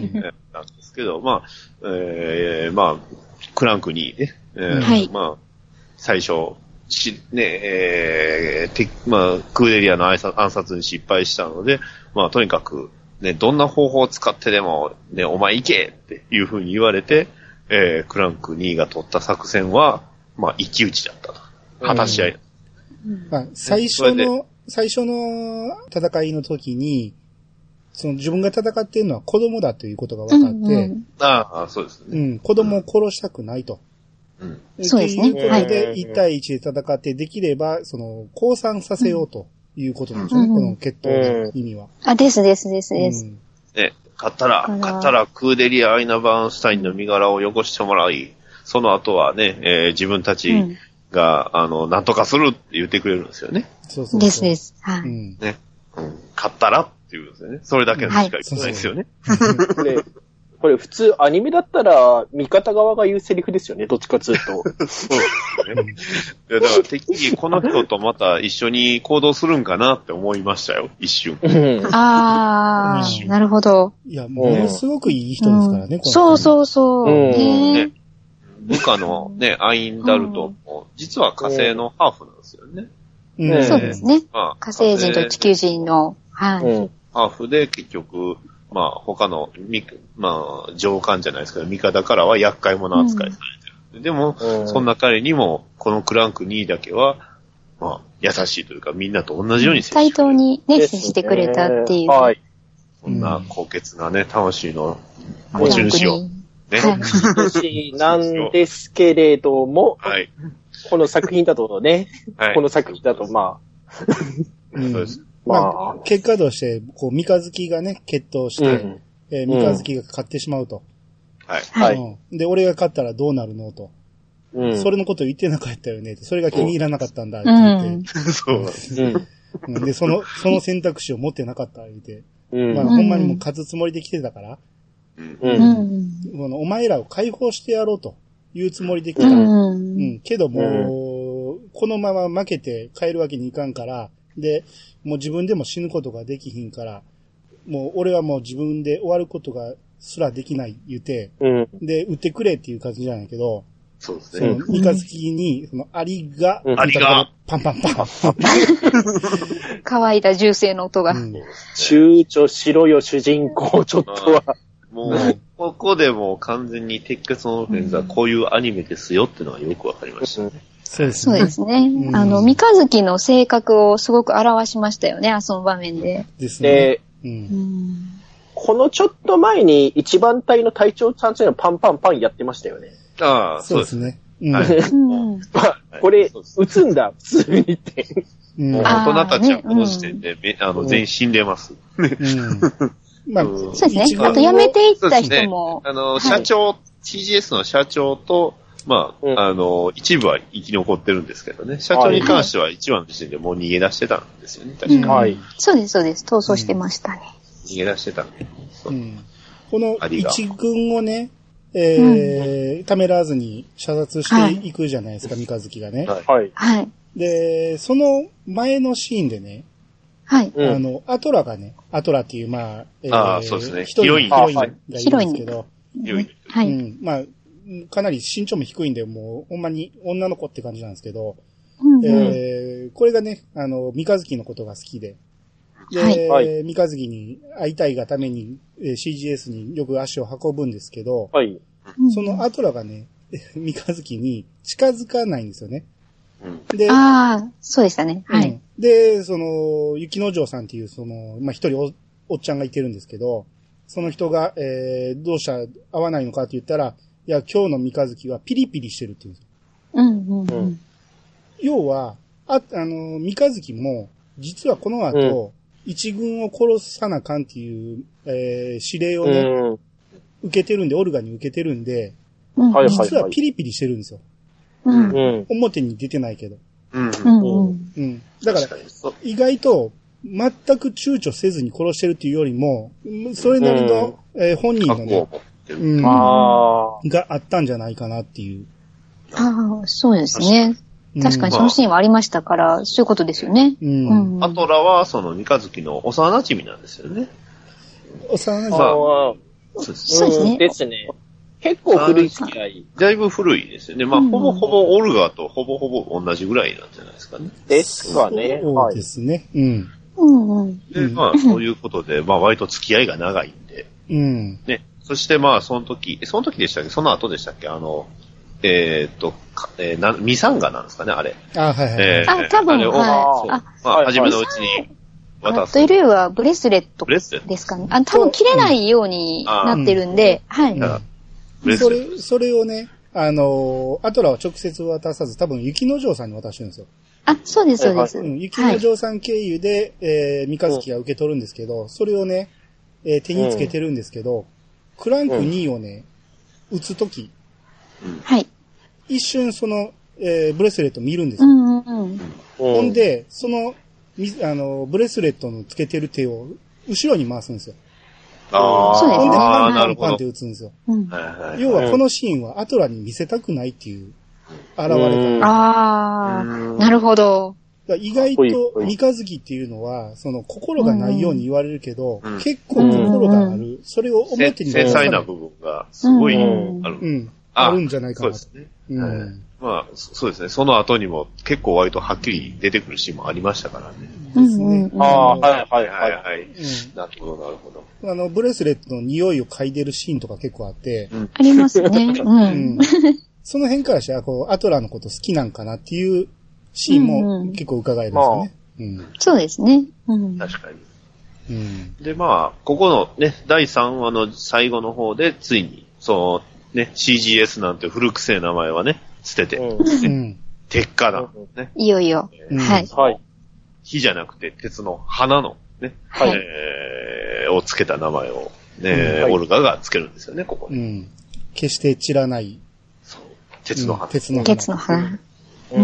ね。なんですけど、まあ、えー、まあ、クランクにね、えーはい、まあ、最初、し、ね、えー、て、まあ、クーデリアの暗殺に失敗したので、まあ、とにかく、ね、どんな方法を使ってでも、ね、お前行けっていう風に言われて、えー、クランクにが取った作戦は、まあ、一騎打ちだったと。果たし合い。 うんまあ、最初の、最初の戦いの時に、その自分が戦っているのは子供だということが分かって、うんうん、 ああ、そうですね。 うん、子供を殺したくないと。 うん、そうですね。 ということで、いち対いちで戦ってできれば、その、降参させようということなんですよね、うん、この決闘の意味は。 あ、ですですですです。うん、 ね、勝ったら、勝ったらクーデリア・アイナ・バーンスタインの身柄を汚してもらい、その後はね、えー、自分たちが、うん、あの、なんとかするって言ってくれるんですよね。 そうそうそう。 ですです。はい、 うん。 ね、うん。勝ったらっていうんですよね。それだけのしか言ってないですよね。 はい、そうそうこれこれ普通アニメだったら味方側が言うセリフですよね、どっちかというと。そうですね。 いやだからてっきりこの人とまた一緒に行動するんかなって思いましたよ、一瞬。 ああ、なるほど。 いや、ものすごくいい人ですからね、うん、この人そうそうそう。うんね、 部下のね、アインダルトンも、実は火星のハーフなんですよね。 うんえー、そうですね。まあ、火星人と地球人の、はい、うん。 ハーフで結局、まあ他の、まあ上官じゃないですけど、味方からは厄介者扱いされてる。うん、でも、うん、そんな彼にも、このクランクにだけは、まあ優しいというか、みんなと同じように接してくれる。 対等にね、接してくれたっていう。はい。 そんな高潔なね、魂の持ち主を。ね。 持ち主なんですけれども、はい。この作品だとね、はい、この作品だとまあ、 うん、そうです。 まあ、結果として、こう、三日月がね、決闘して、うんえー、三日月が勝ってしまうと。 はい。 はい、うん。で、俺が勝ったらどうなるのと。うん。それのこと言ってなかったよね。それが気に入らなかったんだって言って。うん、 そうなんです。 うん。で、その、その選択肢を持ってなかった言って。うん。まあ、ほんまにもう勝つつもりで来てたから。 うん。うんこのお前らを解放してやろうというつもりで来た。うん。うん。けども、うん、このまま負けて帰るわけにいかんから、で、もう自分でも死ぬことができひんから、もう俺はもう自分で終わることがすらできない言うて、うん、で、撃ってくれっていう感じじゃないけど、 そうですね。 その三日月に、そのアリが、 アリが、 パンパンパン。 乾いた銃声の音が。うん、 躊躇しろよ、主人公、ちょっとは。 もう、ここでもう完全に鉄血のオルフェンズはこういうアニメですよっていうのはよくわかりましたね。 そうですね。 そうですね。うん、あの、三日月の性格をすごく表しましたよね、あその場面で。 ですね。 で、 うん、このちょっと前に一番隊の隊長さんのパンパンパンやってましたよね。 ああ、 そうですね。うんはい、これ、撃つんだ、普通にって。 うん、もう大人たちはこの時点で、ね、うん、あの、全員死んでます。うんまあ、そうですね。あと辞めていった人も。 ね、あの、社長、はい、シージーエス の社長と、まあ、うん、あの、一部は生き残ってるんですけどね。社長に関しては一話の時点でもう逃げ出してたんですよね、確かに。 はい。 そうです、そうです。逃走してましたね。 うん、逃げ出してたんで。 うん、この一軍をね、えー、うん、ためらわずに射殺していくじゃないですか、はい、三日月がね。 はい。 はい。 で、その前のシーンでね、 はい。 あの、アトラがね、アトラっていう、まあ、 えー、あそうですね。 ヒロイン、ヒロインがいるんですけど、 ヒロイン。 はい。 うん。まあ、かなり身長も低いんで、もう、ほんまに女の子って感じなんですけど、うんうん、えー、これがね、あの、三日月のことが好きで、で、はい、三日月に会いたいがために、シージーエス によく足を運ぶんですけど、 はい。 そのアトラがね、三日月に近づかないんですよね。 で、ああ、そうでしたね。はい。 うん、で、その、雪之丞さんっていう、その、まあ、一人お、おっちゃんがいてるんですけど、その人が、えー、どうした会わないのかって言ったら、いや、今日の三日月はピリピリしてるって言うんですよ。 うんうんうん。 要は、あ、あの、三日月も、実はこの後、うん、一軍を殺さなあかんっていう、えー、指令をね、うん、受けてるんで、オルガに受けてるんで、うん、実はピリピリしてるんですよ。 うん、 表に出てないけど。 うんうんうん、だから、意外と、全く躊躇せずに殺してるっていうよりも、それなりの、うんえー、本人のね、うん、 あがあったんじゃないかなっていう。 ああ、そうですね。確かにそのシーンはありましたから、うん、そういうことですよね。 うんうん、アトラは、その三日月の幼馴染なんですよね。 幼馴染、 まあ、 そうですね。 ですね。結構古い付き合い。 だいぶ古いですよね。まあ、うん、ほぼほぼオルガとほぼほぼ同じぐらいなんじゃないですかね。 ですかね。 そうですね。うん。 うんうん。 で、まあ、そういうことで、まあ、割と付き合いが長いんで。 うん。 ね。そしてまあ、その時、その時でしたっけその後でしたっけあの、えー、っと、えー、な、ミサンガなんですかねあれ。 あ、はいはい。 えー、あ、多分、 あれを、 はい。 そうまあ、初めのうちに渡す。 というよりは、ブレスレットですかね。あ、多分切れないようになってるんで、はい。 それ、それをね、あの、アトラは直接渡さず、多分、雪之丞さんに渡してるんですよ。 あ、そうです、そうです。 うん、雪之丞さん経由で、えー、三日月が受け取るんですけど、それをね、えー、手につけてるんですけど、うん、クランクにをね、撃つとき、 はい。 一瞬その、えー、ブレスレット見るんですよ。 うんうんうん、 ほんで、その、あの、ブレスレットのつけてる手を後ろに回すんですよ。 ああ、 そうですね。 ほんで、パンパンパンって打つんですよ。 うん、 要はこのシーンはアトラに見せたくないっていう現れ方。 ああ、なるほど。 意外と三日月っていうのは、その心がないように言われるけど、うん、結構心がある。それを表に出さない。繊細な部分がすごいある。 うん。あるんじゃないかなと。 そうですね。うん、まあ、そうですね。その後にも結構割とはっきり出てくるシーンもありましたからね。 ですね。 ああ、はいはいはいはい。うん、なるほどなるほど。 あの、ブレスレットの匂いを嗅いでるシーンとか結構あって。 うん、ありますね。うん。うん、 その辺からして、こう、アトラのこと好きなんかなっていうシーンも結構伺えるんですよね。うんうん、 そうですね。うん、 確かに。 うん、 で、まあ、ここのね、だいさんわの最後の方で、ついに、そう、ね、シージーエス なんて古くせえ名前はね、捨てて、うん、鉄火だ、ね。 いよいよ。 うん、 はい。 はい。 火じゃなくて、鉄の花の、ね、 はい、 えー、をつけた名前を、ね、うんはい、オルガがつけるんですよね、ここに。 うん。決して散らない。 そう。鉄の花。 うん、鉄の花。 鉄の花。 うん。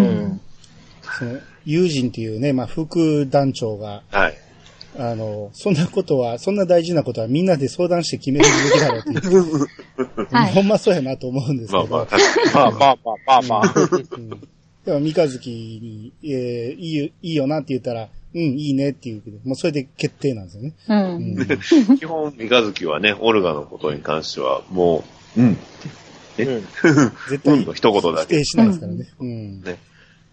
その、友人っていうね、まあ、副団長が、 はい。 あの、そんなことは、そんな大事なことはみんなで相談して決めるべきだろうっていう。はい、ほんまそうやなと思うんですけど。 まあまあ、まあまあまあまあ。 うん、でも、三日月に、えー、いいよ、いいよなって言ったら、うん、いいねっていう、もうそれで決定なんですよね。 うん。 うん、基本、三日月はね、オルガのことに関しては、もう、うん。 ね、うん、絶対、 うん、一言だけ。 否定しないですからね。うん。ね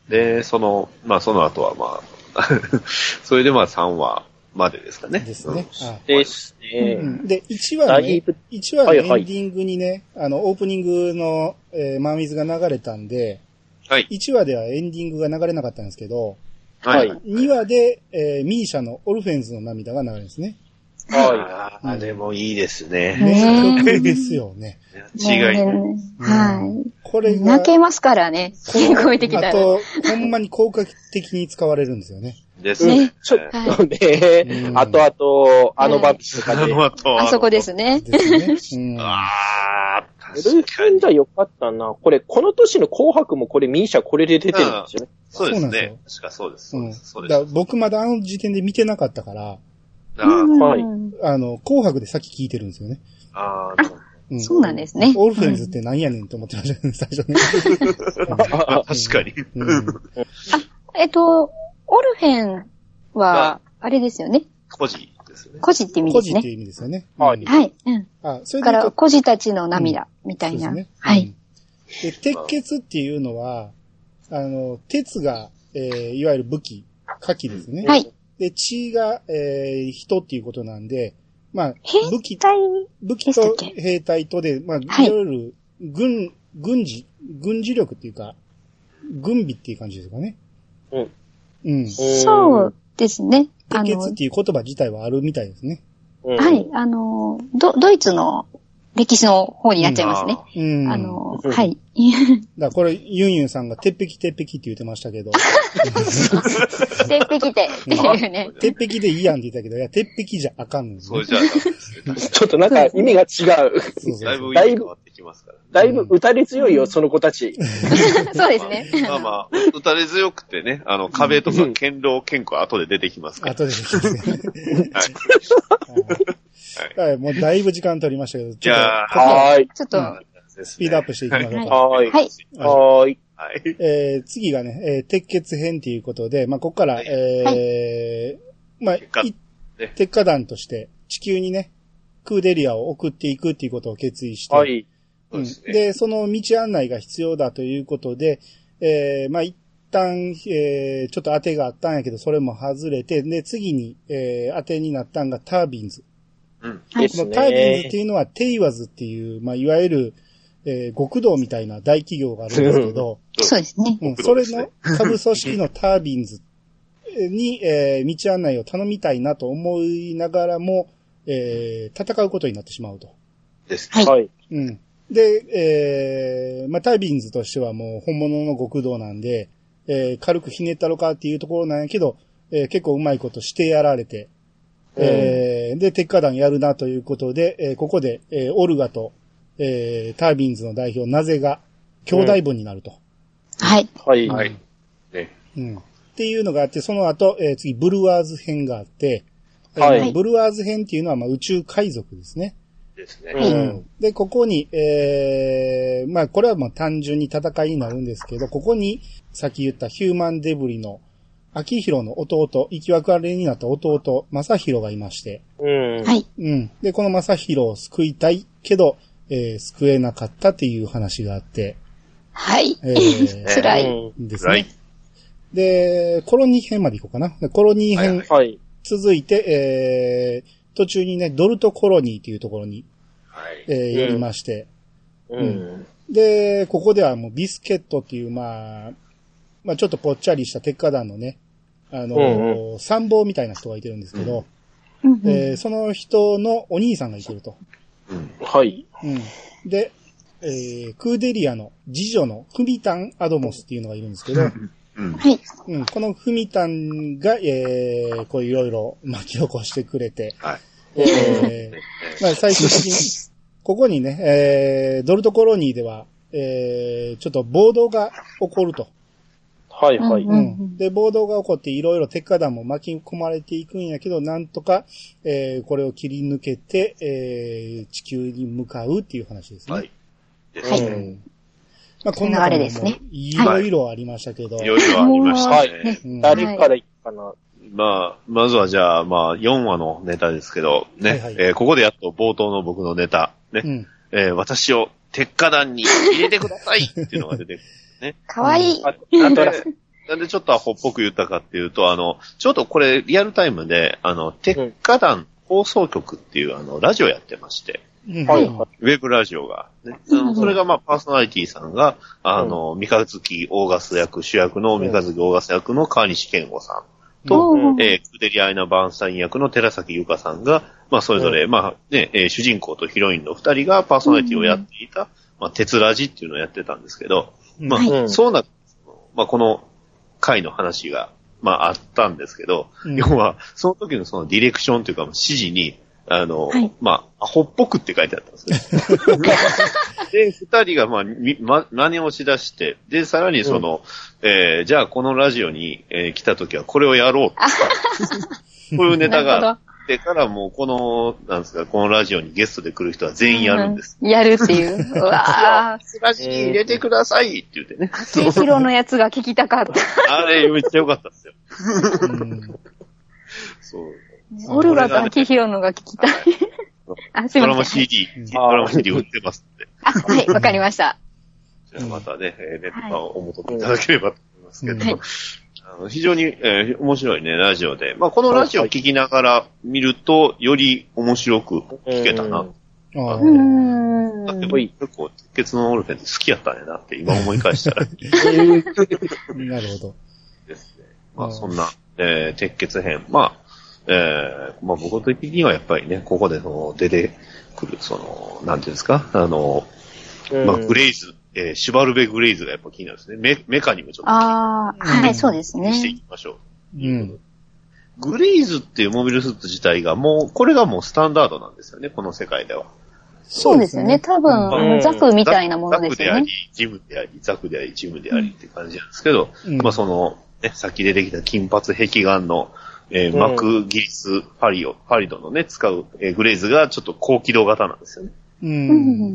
で、その、まあその後はまあ、それでまあさんわまでですかね。 ですね。 うんあですね。 うん、で、いちわねだいぶ、 いちわのエはいはいンディングにね、あの、オープニングの、えー、真水が流れたんで、 はい。 いちわではエンディングが流れなかったんですけど、 はい。 はいにわで、えー、ミーシャのオルフェンズの涙が流れるんですね。 はああ、でもいいですね。 名曲ですよね。 違いない。 ねはこれい。 が、 泣けますからね。聞こえてきたら。 あと、ほんまに効果的に使われるんですよね。 ですね。 ねちょっとね、 うんあとあと、あのバンプスあがね、 の後。 あそこですね。 ですね。うん、 ああ、 ル確かにフェン。ダーよかったな。これ、この年の紅白もこれミーシャこれで出てるんですよね。 そうですそうなんですよね。確かそうです。 うんそうです。そうだからです。 僕まだあの時点で見てなかったから、 あーはいうんあの、紅白で先聞いてるんですよね。 あー、 うんそうなんですね。 オルフェンズってなんやねんって思ってましたね、最初ね。 まあ確かに。 うんえっと、オルフェンは、あれですよね。 孤児ですね。 孤児って意味ですね。 孤児っていう意味ですよね。 はいうんはい。うん。 あ、それだから、 で言うと、 孤児たちの涙、みたいな。 そうですね。うんはい。 で、鉄血っていうのは、あの、鉄が、えー、いわゆる武器、火器ですね。 はい。 で、血が、えー、人っていうことなんで、まあ、 兵武器、 隊、 武器とでしたっけ兵隊とで、まあ、 はいいろいろ、軍、軍事、軍事力っていうか、軍備っていう感じですかね。 うん。 うん。 そうですね。あの鉄血っ、ていう言葉自体はあるみたいですね。 うんはい。あの、ド、ドイツの歴史の方になっちゃいますね。 うん。 あの、 うんはい。 だからこれ、ユンユンさんが鉄壁鉄壁って言ってましたけど、 鉄壁で、っていうね。 鉄壁でいいやんって言ったけど、いや、鉄壁じゃあかんのですねそれじゃあダメですね。 ちょっとなんか意味が違う。 そうそうだいぶだいぶ意味変わってきますから。 だいぶ打たれ強いよ、その子たち。 そうですね。 まあまあ、打たれ強くてね、あの、壁とか堅牢健康後で出てきますから。 後で聞いてね。 はい。 はい、もうだいぶ時間取りましたけど、ちょっとじゃあ、 はーい。 ちょっと、 うんスピードアップしていきましょうか。 はーい。 はい。 はーい。 はい。 えー、次がね、えー、鉄血編ということで、まあ、ここから、 はいえー、まあ、 鉄火いね鉄火団として地球にね、クーデリアを送っていくっていうことを決意して、 はい。 うんそうですね。 で、その道案内が必要だということで、えー、まあ、一旦、えー、ちょっと当てがあったんやけど、それも外れて、で、次に、えー、当てになったんがタービンズ。 うん。 はいですこのタービンズってね。 いうのは、テイワズっていう、まあ、いわゆる、えー、極道みたいな大企業があるんですけど、 そうですね。 うん、 極それ道ですねの下部組織のタービンズに、えー、道案内を頼みたいなと思いながらも、えー、戦うことになってしまうと。 ですね。 はいはい。 うん。で、えー、まあ、タービンズとしてはもう本物の極道なんで、えー、軽くひねったろかっていうところなんやけど、えー、結構うまいことしてやられて、えー、で、鉄火団やるなということで、えー、ここで、えー、オルガと、えー、タービンズの代表、ナゼが兄弟分になると。 はい。 はい。 はい。ね。 うん。っていうのがあって、その後、えー、次、ブルワーズ編があって、えーはいブルワーズ編っていうのは、まあ、宇宙海賊ですね。 ですね。 ううんん。で、ここに、えー、まあ、これはもう単純に戦いになるんですけど、ここに、さっき言ったヒューマンデブリの、秋広の弟、生き別れになった弟、正宏がいまして、 うん。 はい。 うん。で、この正宏を救いたいけど、えー、救えなかったっていう話があって、 はい。 えー、 辛い。 うんですはいね。で、コロニー編まで行こうかな。でコロニー編はい。 続いて、えー、途中にね、ドルトコロニーっていうところに、 はい。 えー、 うんやりまして、 うん。 で、ここではもうビスケットっていう、まあ、まあちょっとぽっちゃりした鉄火団のね、あのーうん参謀みたいな人がいてるんですけど、 うんうんえーその人のお兄さんがいてると。 うん。 はい。 うん。で、えー、クーデリアの次女のフミタン・アドモスっていうのがいるんですけど、 うん。 はい。 うん、このフミタンが、えー、こういろいろ巻き起こしてくれて、 はい。 えー、まあ最終的に、ここにね、えー、ドルトコロニーでは、えー、ちょっと暴動が起こると。 はい。はい。 うんうん。で、暴動が起こっていろいろ鉄火団も巻き込まれていくんやけど、なんとか、えー、これを切り抜けて、えー、地球に向かうっていう話ですね。 はい。ですはいね。 うんまあ、こんな流れですねいろいろありましたけど。 いろいろありましたはいね。 うん誰からいくかな。 まあ、まずはじゃあ、まあ、よんわのネタですけど、ね。 はいはいえーここでやっと冒頭の僕のネタ、ね。 うん。 えー私を鉄火団に入れてくださいっていうのが出てくる。 かわいい。 ああとら、 なんでちょっとアホっぽく言ったかっていうと、あの、ちょっとこれリアルタイムで、あの、鉄火団放送局っていうあの、ラジオやってまして、 うん、 はい。 ウェブラジオが、ね。あのそれがまあパーソナリティさんが、あの、三日月大ガス役、主役の三日月大ガス役の川西健吾さんと、 うん、 えー、クデリアイナ・バーンスタイン役の寺崎優香さんが、まあそれぞれ、うん、まあね、えー、主人公とヒロインの二人がパーソナリティをやっていた、うん、まあ鉄ラジっていうのをやってたんですけど、まあ、うん、そうな、まあこの回の話が、まああったんですけど、うん、要は、その時のそのディレクションというか指示に、あの、はい、まあ、アホっぽくって書いてあったんですね。で、二人が、まあ、み、ま、真似をしだして、で、さらにその、うん、えー、じゃあこのラジオに、えー、来た時はこれをやろう。こういうネタがあってからもうこの、なんですか、このラジオにゲストで来る人は全員やるんです。 うん、やるっていう。うわぁ。ラジオに入れてくださいって言ってね。 秋広のやつが聞きたかった。 あれ、めっちゃ良かったですよ。うん、そう。 オルガと秋広のが聞きたい。あ、すいません。 ドラマ シーディー、ドラマ シーディー 売ってますんで。 あ、はい、わかりました。 じゃあまたね、ネタをお求めいただければと思いますけど、はい、あの非常に、えー、面白いね、ラジオで。まあ、このラジオを聞きながら見ると、より面白く聞けたな。 うん。 だって結構、鉄血のオルフェン好きやったんやなって今思い返したら。 なるほど。 ですね。まあ、そんな、えー、鉄血編。まあ、えー、まあ僕的にはやっぱりね、ここでその出てくる、その、なんていうんですか、あの、うん、まあグレイズ、えー、シュバルベ・グレイズがやっぱ気になるんですね。メメカにもちょっと。 ああ、はい、そうですね。 していきましょう。うん。グレイズっていうモビルスーツ自体がもう、これがもうスタンダードなんですよね、この世界では。 そうですよね。多分、あの、ザクみたいなものですよね。 ザクであり、ジムであり、ザクであり、ジムでありって感じなんですけど、うん、まあその、ね、さっき出てきた金髪壁眼の、えー、マクギリスパリオ、パリドのね、使う、えー、グレイズがちょっと高機動型なんですよね。 うん。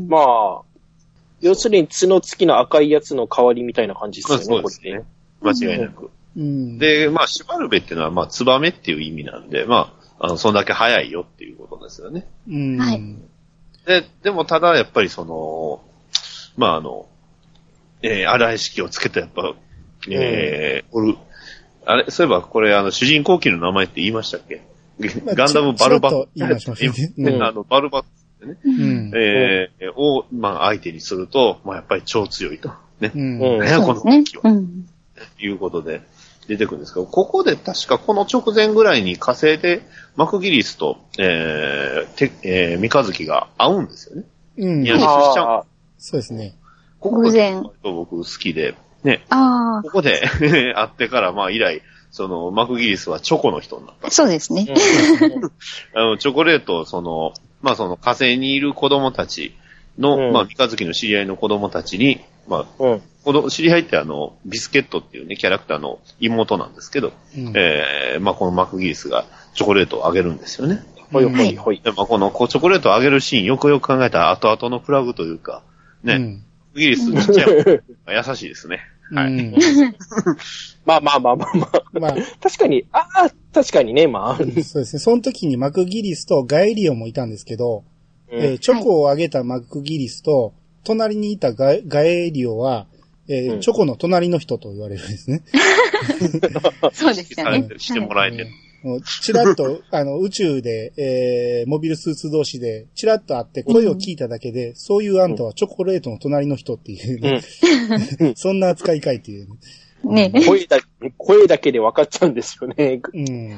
まあ、要するに角付きの赤いやつの代わりみたいな感じですよね、 そうですね。間違いなく。うん、で、まあ、シュバルベっていうのは、まあ、ツバメっていう意味なんで、まあ、あの、そんだけ早いよっていうことですよね。 うん。はい。 で、でもただ、やっぱりその、まあ、あの、えー、荒い式をつけたやっぱ、えー、うん、おる、あれ、そういえばこれあの主人公機の名前って言いましたっけ？まあ、ガンダムバルバス。 言いましょうね。 うん、あの、バルバスってね。うん、えー、を、まあ相手にすると、まあやっぱり超強いと。ね。うん。ね、この機は。うん。いうことで出てくるんですけど、ここで確かこの直前ぐらいに火星でマクギリスと、えー、て、えー、三日月が会うんですよね。 うん。 いや、しちゃう。 そうですね。 ここが僕好きで、ね。ああ。ここで会ってから、まあ以来、その、マクギリスはチョコの人になった。 そうですね。 あの、チョコレートを、その、まあその火星にいる子供たちの、うん、まあ三日月の知り合いの子供たちに、まあ、うん、子供知り合いってあの、ビスケットっていうね、キャラクターの妹なんですけど、うん、えー、まあこのマクギリスがチョコレートをあげるんですよね。 ほいほいほい。 でまあこのこうチョコレートをあげるシーン、よくよく考えたら後々のフラグというか、ね、うんイギリスちっちゃい優しいですね。はい。うん、 まあまあまあまあまあ。まあ、確かに、ああ、確かにね、まあ。そうですね。その時にマクギリスとガエリオもいたんですけど、うん、えー、チョコをあげたマクギリスと、隣にいたガエガエリオは、えーうん、チョコの隣の人と言われるんですね。 そうですよね。 してもらえてる。 もうチラッと、あの、宇宙で、えー、モビルスーツ同士で、チラッと会って声を聞いただけで、うん、そういうあんたはチョコレートの隣の人っていう、ね、うん、そんな扱いかいっていう、 ね。 ね声だ、声だけで分かっちゃうんですよね。うん。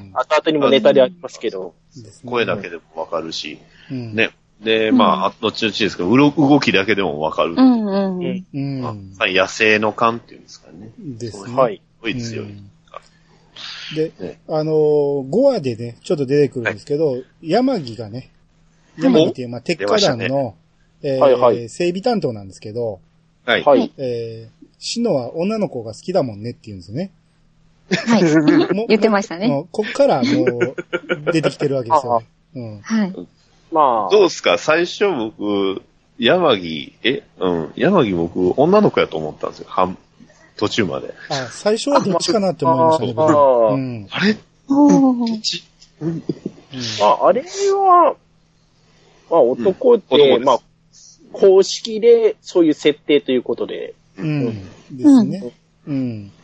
後々にもネタでありますけど。 声だけでも分かるし、うん、ね。で、まあ、どっちどっちですけど、動きだけでも分かる。うんうんうん。まあ、野生の感っていうんですかね。 ですね。 はい。 すごい強い。 で、ね、あのー、ごわでね、ちょっと出てくるんですけど、はい、山木がね、山木っていう、まあ、鉄火団の、ねえーはいはい、整備担当なんですけど、 はい。 えー、シノは女の子が好きだもんねって言うんですよね。 はい。言ってましたね。 もうこっからもう出てきてるわけですよね。うん。 はい。 まあ。 どうですか最初僕、山木、えうん。山木僕、女の子やと思ったんですよ。半途中まで。 あ、最初はどっちかなって思いましたね、僕。あ,、うん、 あれどっち、うん、 あ、あれは、まあ男って、うん、まあ、公式でそういう設定ということで。 うん。うん、ですね。うん。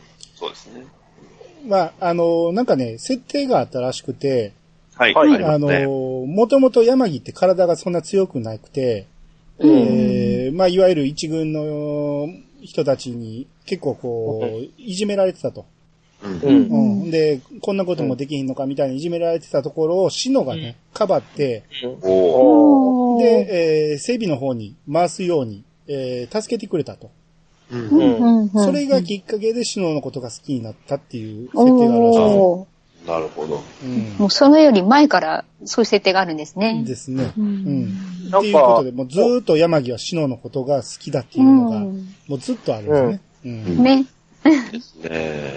そうですね。 まあ、あの、なんかね、設定があったらしくて、 はい。 はいありますあね。 の、もともと山木って体がそんな強くなくて、 うんえーまあ、いわゆる一軍の人たちに結構こう、いじめられてたと。 うんうん。 うん。で、こんなこともできひんのかみたいにいじめられてたところを、シノがね、かばって、 おー。 おー。 で、えー整備の方に回すように、えー助けてくれたと。 うんうんうんうんそれがきっかけでシノのことが好きになったっていう設定があるらしいです。 おー。 なるほど。 もうそのより前からそういう設定があるんですうねん。。ですね。 ううんん。 なんかっていうことで、もうずーっと山木はシノのことが好きだっていうのが、 うんもうずっとあるんですね。うん。 ね。 ですね。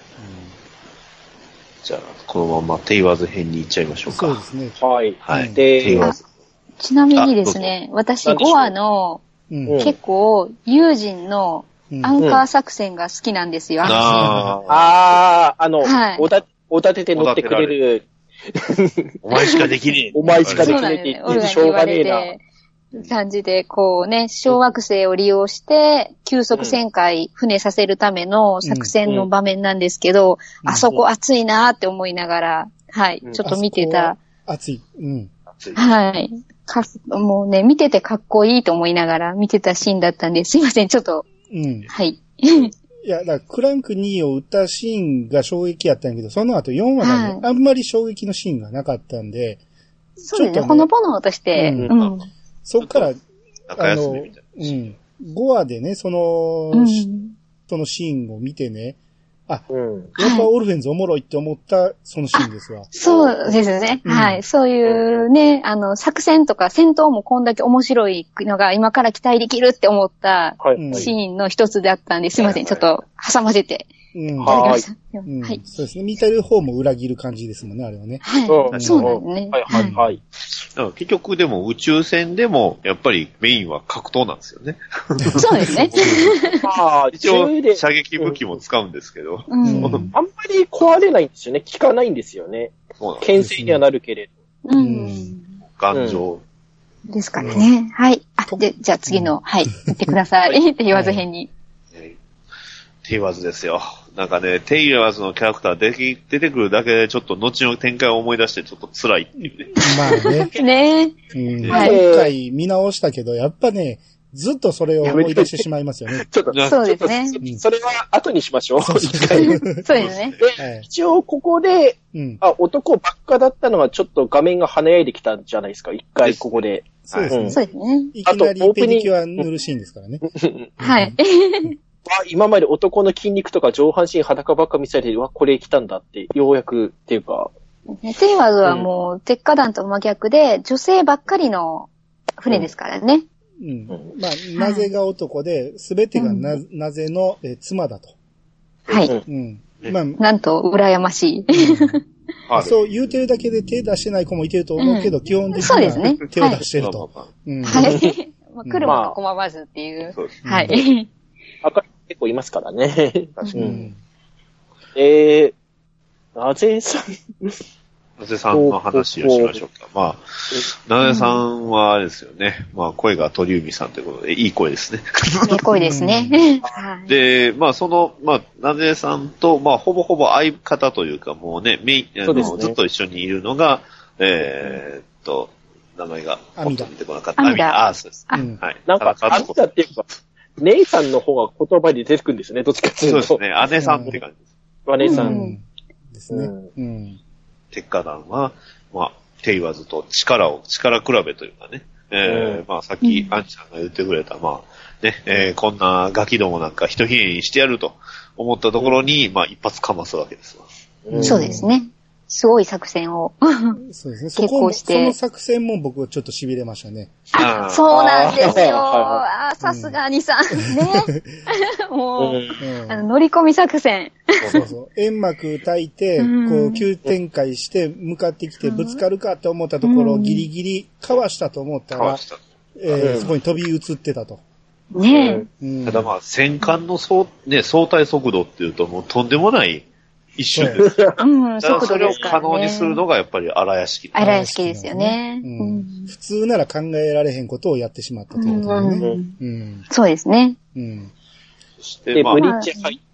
じゃあ、このままテイワーズ編に行っちゃいましょうか。 そうですね。 はい。 はい。 うんでテイワーズ。 ちなみにですね、私なんでしょうごわのうん。 うん結構、友人のうんアンカー作戦が好きなんですよ。 ああ。 あー、あの、 はいおだ、おだてて乗ってくれる、 お前しかできねえ。 お前しかできねえってそうなんですね。オルガ言ってしょうに言われがねえな。 て、感じで、こうね、小惑星を利用して、急速旋回、船させるための作戦の場面なんですけど、 うんあそこ熱いなーって思いながら、はい、 うんちょっと見てた。 熱い。うん。 はい。か、もうね、見ててかっこいいと思いながら見てたシーンだったんで、すいません、ちょっと、 うん。 はい。 いや、だからクランクにを撃ったシーンが衝撃やったんやけど、その後よんわがね、 はいあんまり衝撃のシーンがなかったんで、 そうですね、 ちょっとねほのぼのとして、 ううんん。 そっから、 中休みみたいな。 うん。ごわでね、その、 うんそのシーンを見てね、あ、 うん。 やっぱオルフェンズおもろいって思った、そのシーンですわ。 そうですね。 うんはい。そういうね、あの、作戦とか戦闘もこんだけ面白いのが今から期待できるって思ったはい。 うんシーンの一つだったんで、すいません。ちょっと挟ませてうん。 いただきました。 うんはい。 そうですね。見てる方も裏切る感じですもんね、あれはね。 はい。 うんそうなんですね。 はい、はい、はい。 だから結局でも宇宙船でも、やっぱりメインは格闘なんですよね。 そうですね。 まあ、 一応銃で、 射撃武器も使うんですけど。 うん。 うんあんまり壊れないんですよね。効かないんですよね。 そうなんです。 牽制にはなるけれど。 うん。 頑丈。 ですからね。はい。あ、で、じゃあ次の、はい。言ってください。って言わず編に。 えーテイワーズですよ。なんかね、テイワーズのキャラクター出て出てくるだけでちょっと後の展開を思い出してちょっと辛いっていうね。 まあね。 ねうん、 はい今回見直したけど、やっぱね、ずっとそれを思い出してしまいますよね。 ちょっと、 そうですね。 ちょっとそれは後にしましょう。 そう一回。 そうですね。 ではい一応ここで、 うん。 あ、男ばっかだったのはちょっと画面が華やいできたんじゃないですか。一回ここで。 そうですね。 そうですね。 いきなりペディキュア塗るシーンですからね。 はい。 あ今まで男の筋肉とか上半身裸ばっか見せられて、うわ、これ来たんだって、ようやくっていうか。 テイワーズはもう、鉄火団と真逆で、女性ばっかりの船ですからね。 うん。まあ、なぜが男で、すべてがな、なぜの、えー妻だと。 はい。 うん。まあ、 なんと、羨ましい。 はい。 そう言うてるだけで手出してない子もいてると思うけど、 うん基本的そうですねには手を出してると。 まあまあまうん。 はい。まあ、来るもまあの拒まずっていう。 そうです。 はい。 赤い結構いますからね。 確かに。 うん。 えー、なぜさん、 なぜさんの話をしましょうか。まあ、なぜさんはあれですよね。まあ、声が鳥海さんということで、いい声ですね。 いい声ですね。はい。 で、まあ、その、まあ、なぜさんと、まあ、ほぼほぼ相方というか、もうね、メイン、あの、 そうですねずっと一緒にいるのが、えーっと、名前が、 アミダ本当に出てこなかった。 アミダアあ、そうです。 あうんはい。 なんか、あん田中敦子たっていうか、姉さんの方が言葉に出てくるんですね、どっちかっていうと。 そうですね。姉さんって感じです。 う姉さん。 ん。ですね。うん。 鉄火団は、まあ、テイワーズと力を、力比べというかね。えーうんまあ、さっき、 うんアンチさんが言ってくれた、まあ、ね、えーこんなガキどもなんかひとひねりにしてやると思ったところに、まあ、一発かますわけですわ。 うんそうですね。すごい作戦を。 そうですね。そこも、 結構してその作戦も僕はちょっと痺れましたね。 あーそうなんですよ。 ああーさすが兄さん。ね。もう、 うん。 あの、乗り込み作戦。 そうそう。煙幕焚いて、 うんこう、急展開して、向かってきて、ぶつかるかって思ったところ、 うんギリギリ、かわしたと思ったらかわ、した。 えーうんそこに飛び移ってたと。 ねえ。 うん。 ただまあ、戦艦の相、ね、相対速度っていうともうとんでもない一瞬です。 うん、 だから速それを度ですからね。 可能にするのがやっぱり荒屋敷。 荒屋敷ですよね。 ううんん普通なら考えられへんことをやってしまったということでね。 うんうん。 そうですね。 うん。 そして、 で、 まあブ、リッジ入っ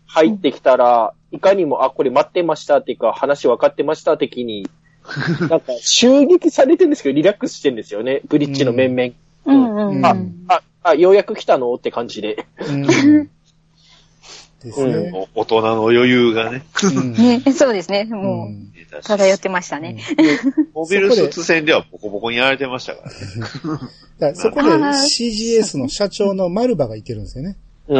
入ってきたら、いかにも、あ、これ待ってましたっていうか、話分かってました的に、なんか、襲撃されてるんですけど、リラックスしてるんですよね、ブリッジの面々。 うんうんうん、 あ、あ、あ、ようやく来たのって感じで。 うんですね、 うん、大人の余裕がね。 うん、 ね、そうですね。もう、うん、漂ってましたね。 モビルスーツ戦ではボコボコにやられてましたからね。 だからそこで シージーエス の社長のマルバがいてるんですよね。 うん、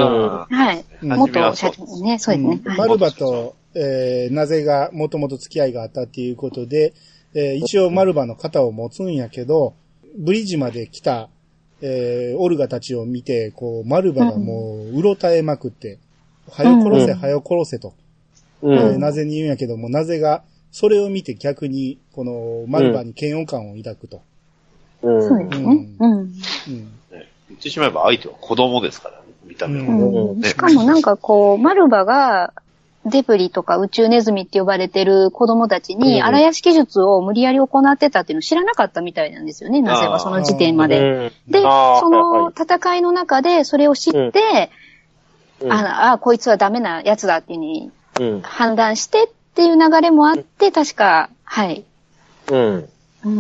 はい。元社長ね、そうですね。 うん、マルバと、えー、なぜが、もともと付き合いがあったっていうことで、えー、一応マルバの肩を持つんやけど、ブリッジまで来た、えー、オルガたちを見て、こう、マルバがもう、うろたえまくって、はよ殺せ、はよ殺せと。うんえー、なぜに言うんやけども、なぜが、それを見て逆に、この、マルバに嫌悪感を抱くと。 うん。そうですね。うん。うん。 言ってしまえば相手は子供ですからね、見た目は。 うん、しかもなんかこう、マルバが、デブリとか宇宙ネズミって呼ばれてる子供たちに、荒屋敷術を無理やり行ってたっていうのを知らなかったみたいなんですよね、なぜかその時点まで。で、その戦いの中でそれを知って、うん、ああ、こいつはダメなやつだっていうふうに判断してっていう流れもあって、確か、はい。うん。うん。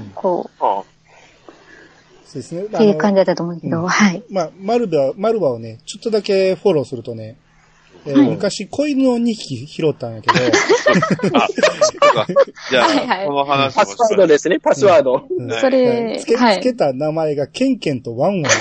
こう。 そうですね。 っていう感じだったと思うけど、うん、はい。 まあ、マルバ、マルバをね、ちょっとだけフォローするとね、えーはい、昔、子犬をにひき拾ったんやけど。 あ、そうか。じゃあ、はいはい、この話もパスワードですね、パスワード。 うん、それ、 つけ、つけた名前がケンケンとワンワンです。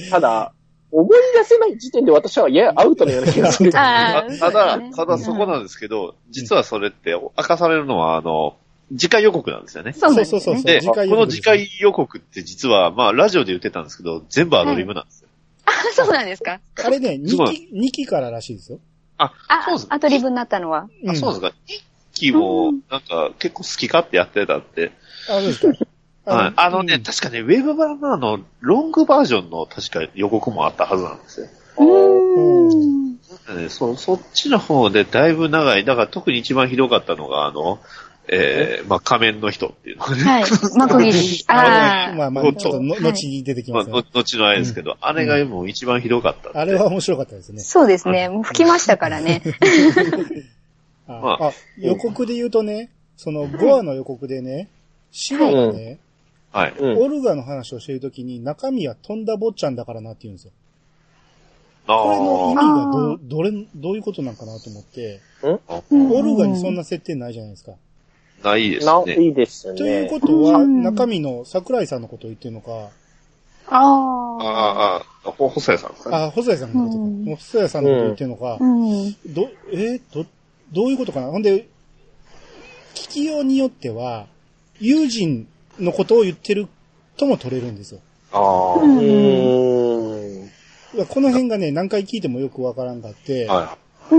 ただ、思い出せない時点で私は、いや、アウトのような気がする。 ただ、ただそこなんですけど、実はそれって明かされるのは、あの、次回予告なんですよね。 そうそうそうそう。 で、この次回予告って実は、まあ、ラジオで言ってたんですけど、全部アドリブなんですよ。 あ、そうなんですか？ あれね、にき、にきかららしいですよ。 あ、そうですか。アドリブになったのは。 あ、そうですか。いっきも、なんか、結構好き勝手やってたって。 あ、そうですか。 はい。あのね、うん、確かね、ウェブ版のあの、ロングバージョンの確か予告もあったはずなんですよ。 うーん。 ね、そ、そっちの方でだいぶ長い。だから特に一番ひどかったのが、あの、えー、まあ、仮面の人っていうのね。 はい。マクギリ。ああ。まあまあ、ちょっとの、後に出てきますね。 まあ、後のあれですけど、うん、あれがもう一番ひどかった。 あれは面白かったですね。 そうですね。もう吹きましたからね。 あ、まあ、あ、予告で言うとね、そのごわの予告でね、シロがね、 はい。 オルガの話をしているときに、中身は飛んだ坊ちゃんだからなって言うんですよ。これの意味がど、どれ、どういうことなんかなと思って、オルガにそんな設定ないじゃないですか。 ないですね。 ないですね。 ということは、中身の桜井さんのことを言ってるのか。 ああ。 ああ、細谷さんですかね。 あ、細谷さんのことか。うん、細谷さんのことを言ってるのか。うん、ど、えー、ど、どういうことかな。ほんで、聞きようによっては、友人のことを言ってるとも取れるんですよ。 ああ。うん。この辺がね、何回聞いてもよくわからんかって、はい、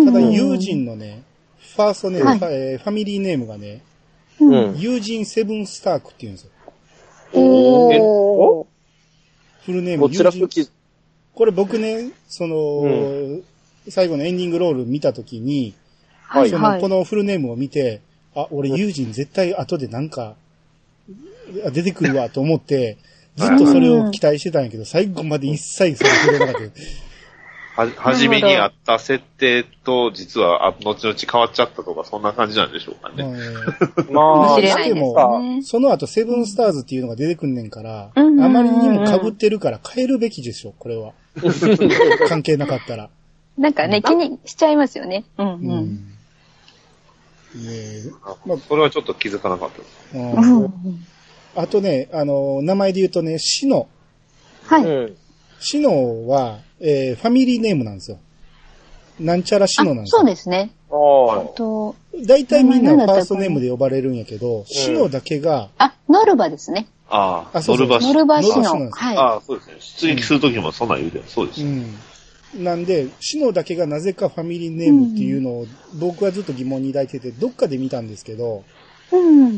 ただ友人のね、ファーストネーム、はい、えー、ファミリーネームがね、うん、友人セブンスタークって言うんですよ。 おー。 フルネーム、友人。これ僕ね、その、うん、最後のエンディングロール見たときに、はい、その、このフルネームを見て、あ、俺友人絶対後でなんか、出てくるわと思って、ずっとそれを期待してたんやけど、最後まで一切それ触れなかった。 は、はじめにあった設定と、実は、あ、後々変わっちゃったとか、そんな感じなんでしょうかね。 まあ、でも、その後、セブンスターズっていうのが出てくんねんから、あまりにも被ってるから変えるべきでしょ、これは。関係なかったら。 なんかね、気にしちゃいますよね。うんうん。うん、 ねまあ、それはちょっと気づかなかったです。 うん、あとね、あの、名前で言うとね、シノ。 はい。 シノは、えー、ファミリーネームなんですよ。なんちゃらシノなんですよ。 そうですね。 あと、 大体みんなファーストネームで呼ばれるんやけど、シノだけが、 あ、ノルバですね。 ああ、 ノルバシノ。ノルバシノ。はい。 ああ、そうですね。出撃するときもそんなん言うてそうです。 うん。なんで、シノだけがなぜかファミリーネームっていうのを、僕はずっと疑問に抱いてて、どっかで見たんですけど、 うん。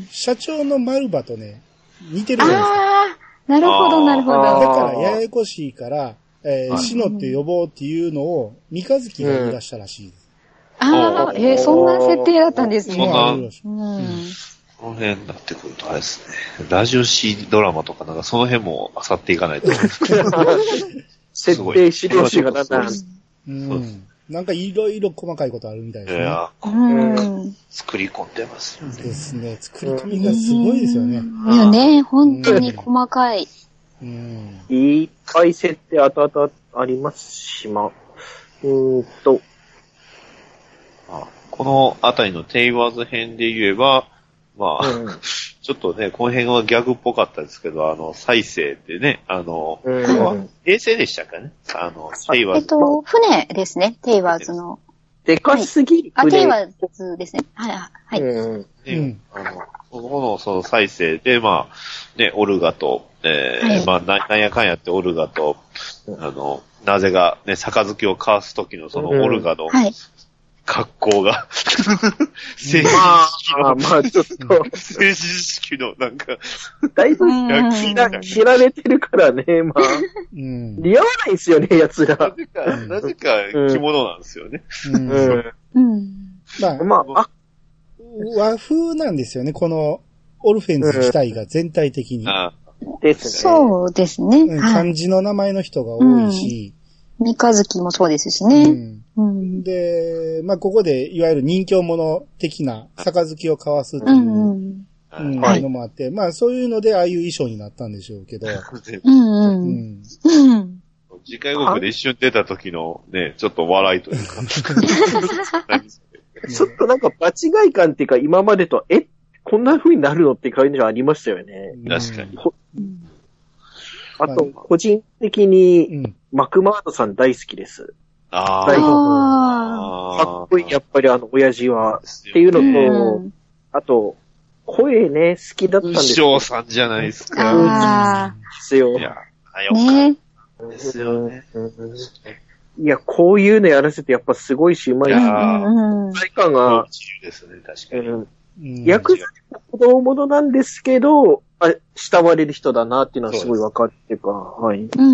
社長のマルバとね、似てるじゃないですか。 ああ、なるほど、なるほど。 だからややこしいから、えー、シノって呼ぼうっていうのを、三日月が言い出したらしいです。 うん、ああ、えー、そんな設定だったんですね。 そんな、 うん。 この辺になってくるとあれですね。ラジオ C ドラマとかなんかその辺も漁っていかないと。 設定資料集がだんだん。 うん。 なんかいろいろ細かいことあるみたいですね。 いや、 うん。 作り込んでますよね。 ですね。作り込みがすごいですよね。 いやね、本当に細かい。 うん。 いっぱい設定後々ありますしま。うーんと。 あこのあたりのテイワーズ編で言えば、まあ、うん、ちょっとね、この辺はギャグっぽかったですけど、あの、再生ってね、あの、うん、これは衛星でしたかねあの、テイワーズ。 えっと、船ですね、テイワーズの。 でかすぎる、 はい、あ、テイワーズですね。はい、はい。 うんうん、あの、この、その再生で、まあ、ね、オルガと、えー、はい、まあな、なんやかんやってオルガと、あの、なぜがね、杯を交わすときのそのオルガの、うんはい、格好が、政治式の、まあ、まあ、ちょっと、政治式の、なんか、 だいぶ、知られてるからね、まあ、うん、似合わないんですよね、奴ら。 なぜか、なぜか着物なんですよね。 うん。うん、まあ、まあ、和風なんですよね、この、オルフェンズ自体が全体的に。あですね。そうですね。 うん、漢字の名前の人が多いし、 うん、三日月もそうですしね。うんうん、で、まあ、ここで、いわゆる人形者的な、杯を交わすっていう、うんうん、のもあって、はい、まあ、そういうので、ああいう衣装になったんでしょうけど。うんうん。うん。 次回予告で一瞬出た時のね、ちょっと笑いというか。 ちょっとなんか場違い感っていうか、今までと、えこんな風になるのって感じがありましたよね。 確かに。 あと、個人的に、マクマードさん大好きです。 ああ。かっこいい、やっぱりあの、親父は。っていうのと、あと、声ね、好きだったんですよ。師匠さんじゃないですか。 ああ。 ですよ。 いや、ね。ですよね。 いや、こういうのやらせてやっぱすごいし、うまいし。いやー。 体感が。 自由ですね、確かに。うんヤクザの子供ものなんですけど、あ、慕われる人だなっていうのはすごいわかるっていうか、はい。 うん。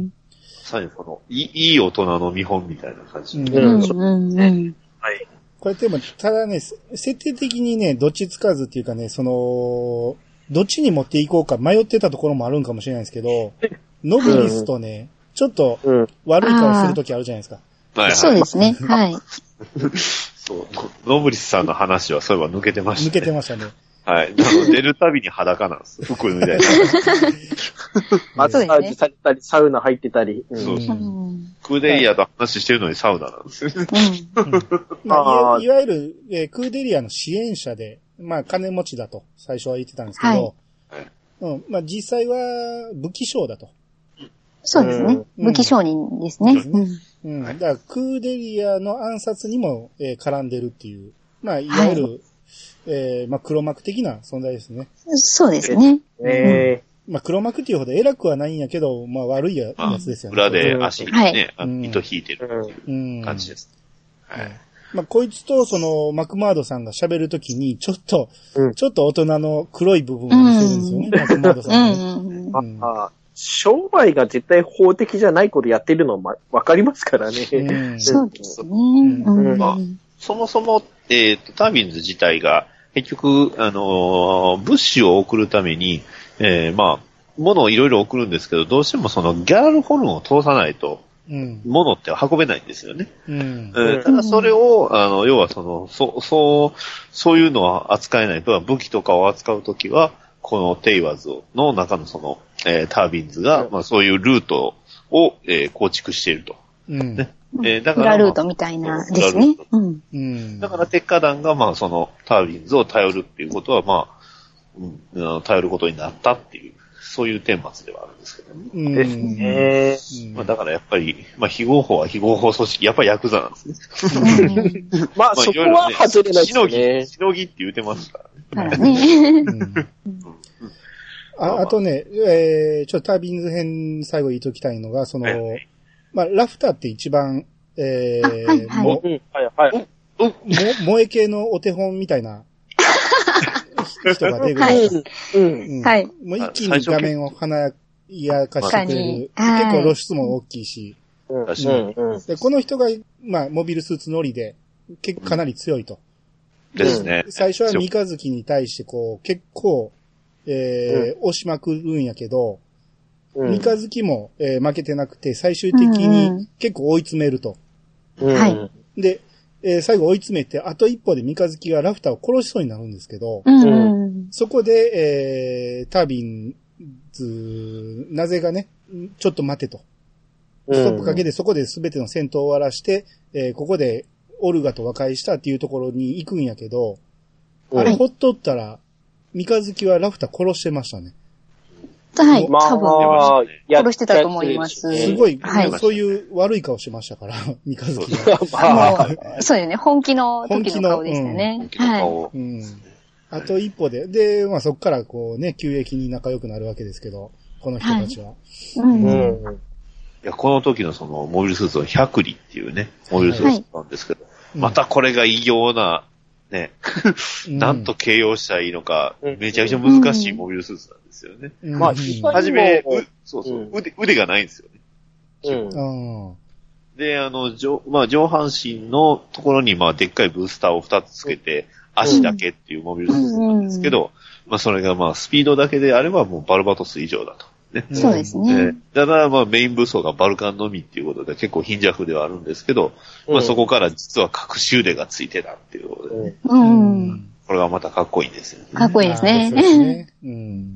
最後この、いい、いい大人の見本みたいな感じ。 うん。うん。はい。 これでも、ただね、設定的にね、どっちつかずっていうかね、その、どっちに持っていこうか迷ってたところもあるんかもしれないですけど、ノブリスとね、ちょっと悪い顔するときあるじゃないですか。 はいはい、そうですね。はい。 そう、ノブリスさんの話はそういえば抜けてましたね。 抜けてましたね。 はい。あの、出るたびに裸なんです。服脱いだり。 マッサージされたり、サウナ入ってたり。 うん、そうそう。クーデリアと話してるのにサウナなんですよね。 うんうんまあ、い, いわゆる、えー、クーデリアの支援者で、まあ、金持ちだと最初は言ってたんですけど、はいうんまあ、実際は武器商だと。 そうですね。うん、武器商人ですね。 ですねうん。だから、クーデリアの暗殺にも、えー、絡んでるっていう、まあ、いわゆる、はいえー、まあ、黒幕的な存在ですね。 そうですね。 えー、まあ、黒幕っていうほど偉くはないんやけど、まあ、悪いやつですよね。 裏で足にね、うん、糸引いてるっていう感じです。 うん、はい。まあ、こいつと、その、マクマードさんが喋るときに、ちょっと、うん、ちょっと大人の黒い部分を見せるんですよね、うん、マクマードさんね。うんうん、あ商売が絶対法的じゃないことやってるのわ、ま、かりますからね。 うん、そうですね。うんまあ、そもそも、えっと、タービンズ自体が、結局、あのー、物資を送るために、えー、まあ、物をいろいろ送るんですけど、どうしてもそのギャラルホルンを通さないと、うん、物って運べないんですよね。うんえー、ただそれを、あの、要はその、そう、そう、そういうのは扱えないと、武器とかを扱うときは、このテイワーズの中のその、えー、タービンズが、うん、まあそういうルートを、えー、構築していると。うんねえー、だから、裏ルートみたいなですね。うんうん、だから鉄火団が、まあそのタービンズを頼るっていうことは、まあ、うん、頼ることになったっていう、そういう顛末ではあるんですけどね。うん、 ですね。 まあだからやっぱり、まあ非合法は非合法組織、やっぱりヤクザなんですね。 うん、まあそこは外れないですね。しのぎ、 しのぎって言うてますからね。ねあ, あとね、えー、ちょっとタービンズ編最後言いときたいのが、その、はいまあ、ラフターって一番、えー、はいはいも、はいはいも、萌え系のお手本みたいな人が出る。はい。うん。はい。もう一気に画面を華やかしてくれる。結構露出も大きいし。うんうん、でこの人が、まあ、モビルスーツ乗りで、結構かなり強いと。 ですね。 最初は三日月に対してこう、結構、えー、うん、押しまくるんやけど、うん、三日月も、えー、負けてなくて、最終的に結構追い詰めると。 はい。 で、えー、最後追い詰めて、あと一歩で三日月がラフターを殺しそうになるんですけど、 うん、 そこで、えー、タービンズ、なぜがね、ちょっと待てと。ストップかけてそこで全ての戦闘を終わらして、えー、ここでオルガと和解したっていうところに行くんやけど、あれほっとったら、三日月はラフター殺してましたね。 はい、 まあ、 多分、殺してたと思います。 すごい、はい、そういう悪い顔してましたから、三日月は。もう、そうよね、本気の時の顔でしたね。 うん、はい、うん。あと一歩で、で、まあそこからこうね、急激に仲良くなるわけですけど、この人たちは。はい、うん、 うん。いや、この時のその、モビルスーツの百里っていうね、モビルスーツなんですけど、はい、またこれが異様な、ね、なんと形容したらいいのか、うん、めちゃくちゃ難しいモビルスーツなんですよね。うん、まあ、はじめ、う、そうそう、うん、腕、腕がないんですよね。うん、で、あの、上、まあ、上半身のところに、まあ、でっかいブースターを二つつけて、足だけっていうモビルスーツなんですけど、まあ、それがまあ、スピードだけであればもうバルバトス以上だと。ね、 そうですね。 ただ、まあ、メイン武装がバルカンのみっていうことで結構貧弱ではあるんですけど、うん、まあ、そこから実は隠し腕がついてたっていうことで、ね、うん。これがまたかっこいいんですよね。 かっこいいですね。そうですね。うん。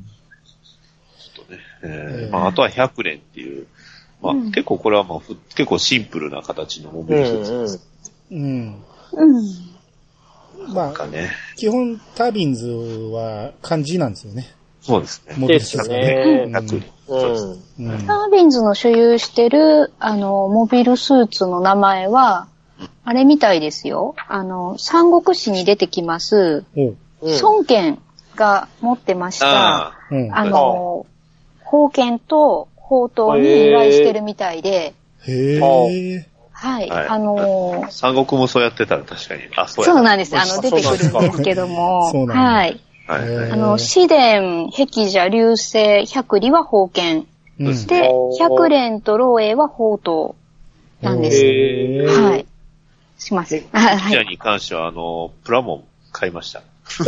ちょっとね、えーまあ、あとは百連っていう、まあ、うん、結構これはまあ、結構シンプルな形のモビルスーツです。うん。うん。 まあ、ね、基本タービンズは漢字なんですよね。 そうですね。 モビルスーツね。うん、 うん、タービンズの所有してる、あの、モビルスーツの名前は、あれみたいですよ。あの、三国志に出てきます、孫権が持ってました、あ, あの、宝剣と宝刀に由来してるみたいで、 へー。 はい、はい、あのー、 三国もそうやってたら確かに。あ、そうや。そうなんです。あの、出てくるんですけども、はい。はい、あの、紫伝、碧蛇、流星、百里は宝剣。うん、で、百連と漏洩は宝刀なんです。はい。します。 碧蛇に関しては、あの、プラモン買いました。そう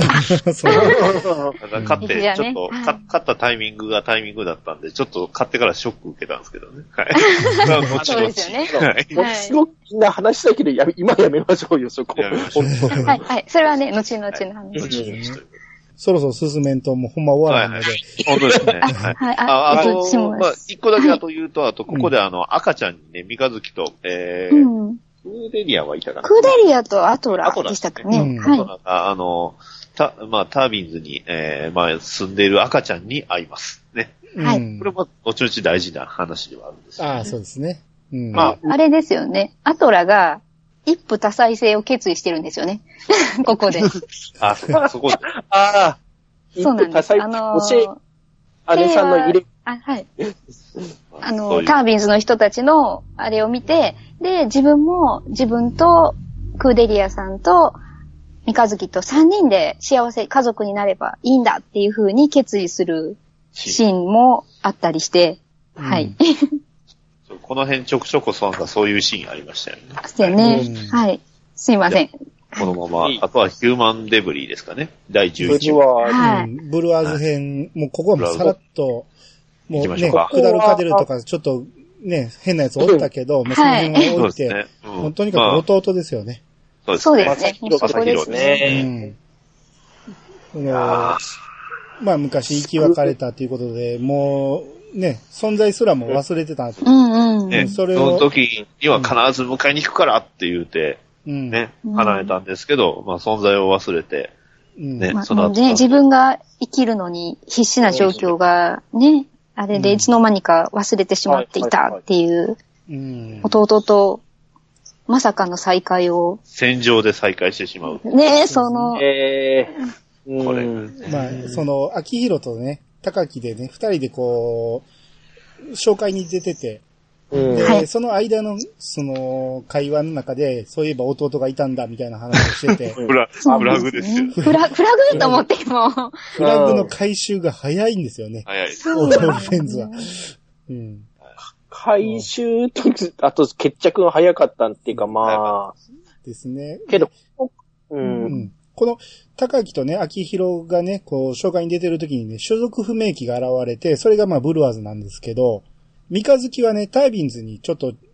買って、ちょっと、買ったタイミングがタイミングだったんで、ちょっと買ってからショック受けたんですけどね。はい。 そうですよね。 はい。すごくみんな話だけど、や今やめましょうよ、そこ。 やめましょう。 はい、はい。それはね、後々の話。 そろそろ進めんともうほんま終わらないので。 本当ですね。はい。あ、あと、まあ、一個だけあと言うと、あと、ここであの、赤ちゃんにね、三日月と、えー、クーデリアはいたかな。 クーデリアとアトラでしたかね。 はい。あの、た、まあ、タービンズに、えー、まあ、住んでいる赤ちゃんに会います。ね。はい。これも、後々大事な話ではあるんですよね。 ああ、そうですね。 うん。まあ、あれですよね。アトラが、一夫多妻制を決意してるんですよね。ここで。 あ、そこで。 ああ。 そうなんです。あのー、 姉さんの入れ。 あ、はい。あのー、タービンズの人たちの、あれを見て、で、自分も、自分と、クーデリアさんと、三日月と三人で幸せ、家族になればいいんだっていう風に決意するシーンもあったりして、うん、はい。 この辺ちょくちょくなんかそういうシーンありましたよね。 ですよね。うん、はい。すいません。 このまま、あとはヒューマンデブリーですかね。だいじゅういち話。 はい、うん。ブルワーズ編、もうここはもうさらっと、もうね、クダルカデルとかちょっとね、変なやつおったけど、もうその辺を置いて、はい、もうとにかく弟ですよね。 そうですね。そうですね。 うん。まあ昔生き別れたということで、もうね、存在すらも忘れてた。 うんうん。 ね、それを。その時には必ず迎えに行くからって言うて、うん、ね、離れたんですけど、まあ存在を忘れて、ね、 まあ、その後。ね、自分が生きるのに必死な状況がね、あれでいつの間にか忘れてしまっていたっていう、弟と、まさかの再会を。 戦場で再会してしまう。 ねえ、その。 えー、これ。まあ、その、秋広とね、高木でね、二人でこう、紹介に出てて、うん、で、はい、その間の、その、会話の中で、そういえば弟がいたんだ、みたいな話をしてて。 フラ、フラグですよ。 フラ、フラグと思っても。 フラグの回収が早いんですよね。 早いです。 オートルフェンズは。うん。 回収と、あと決着が早かったっていうか、まあ。 ですね。 けど、 うん、うん。この、高木とね、秋広がね、こう、紹介に出てる時にね、所属不明機が現れて、それがまあ、ブルワーズなんですけど、三日月はね、タービンズにちょっと、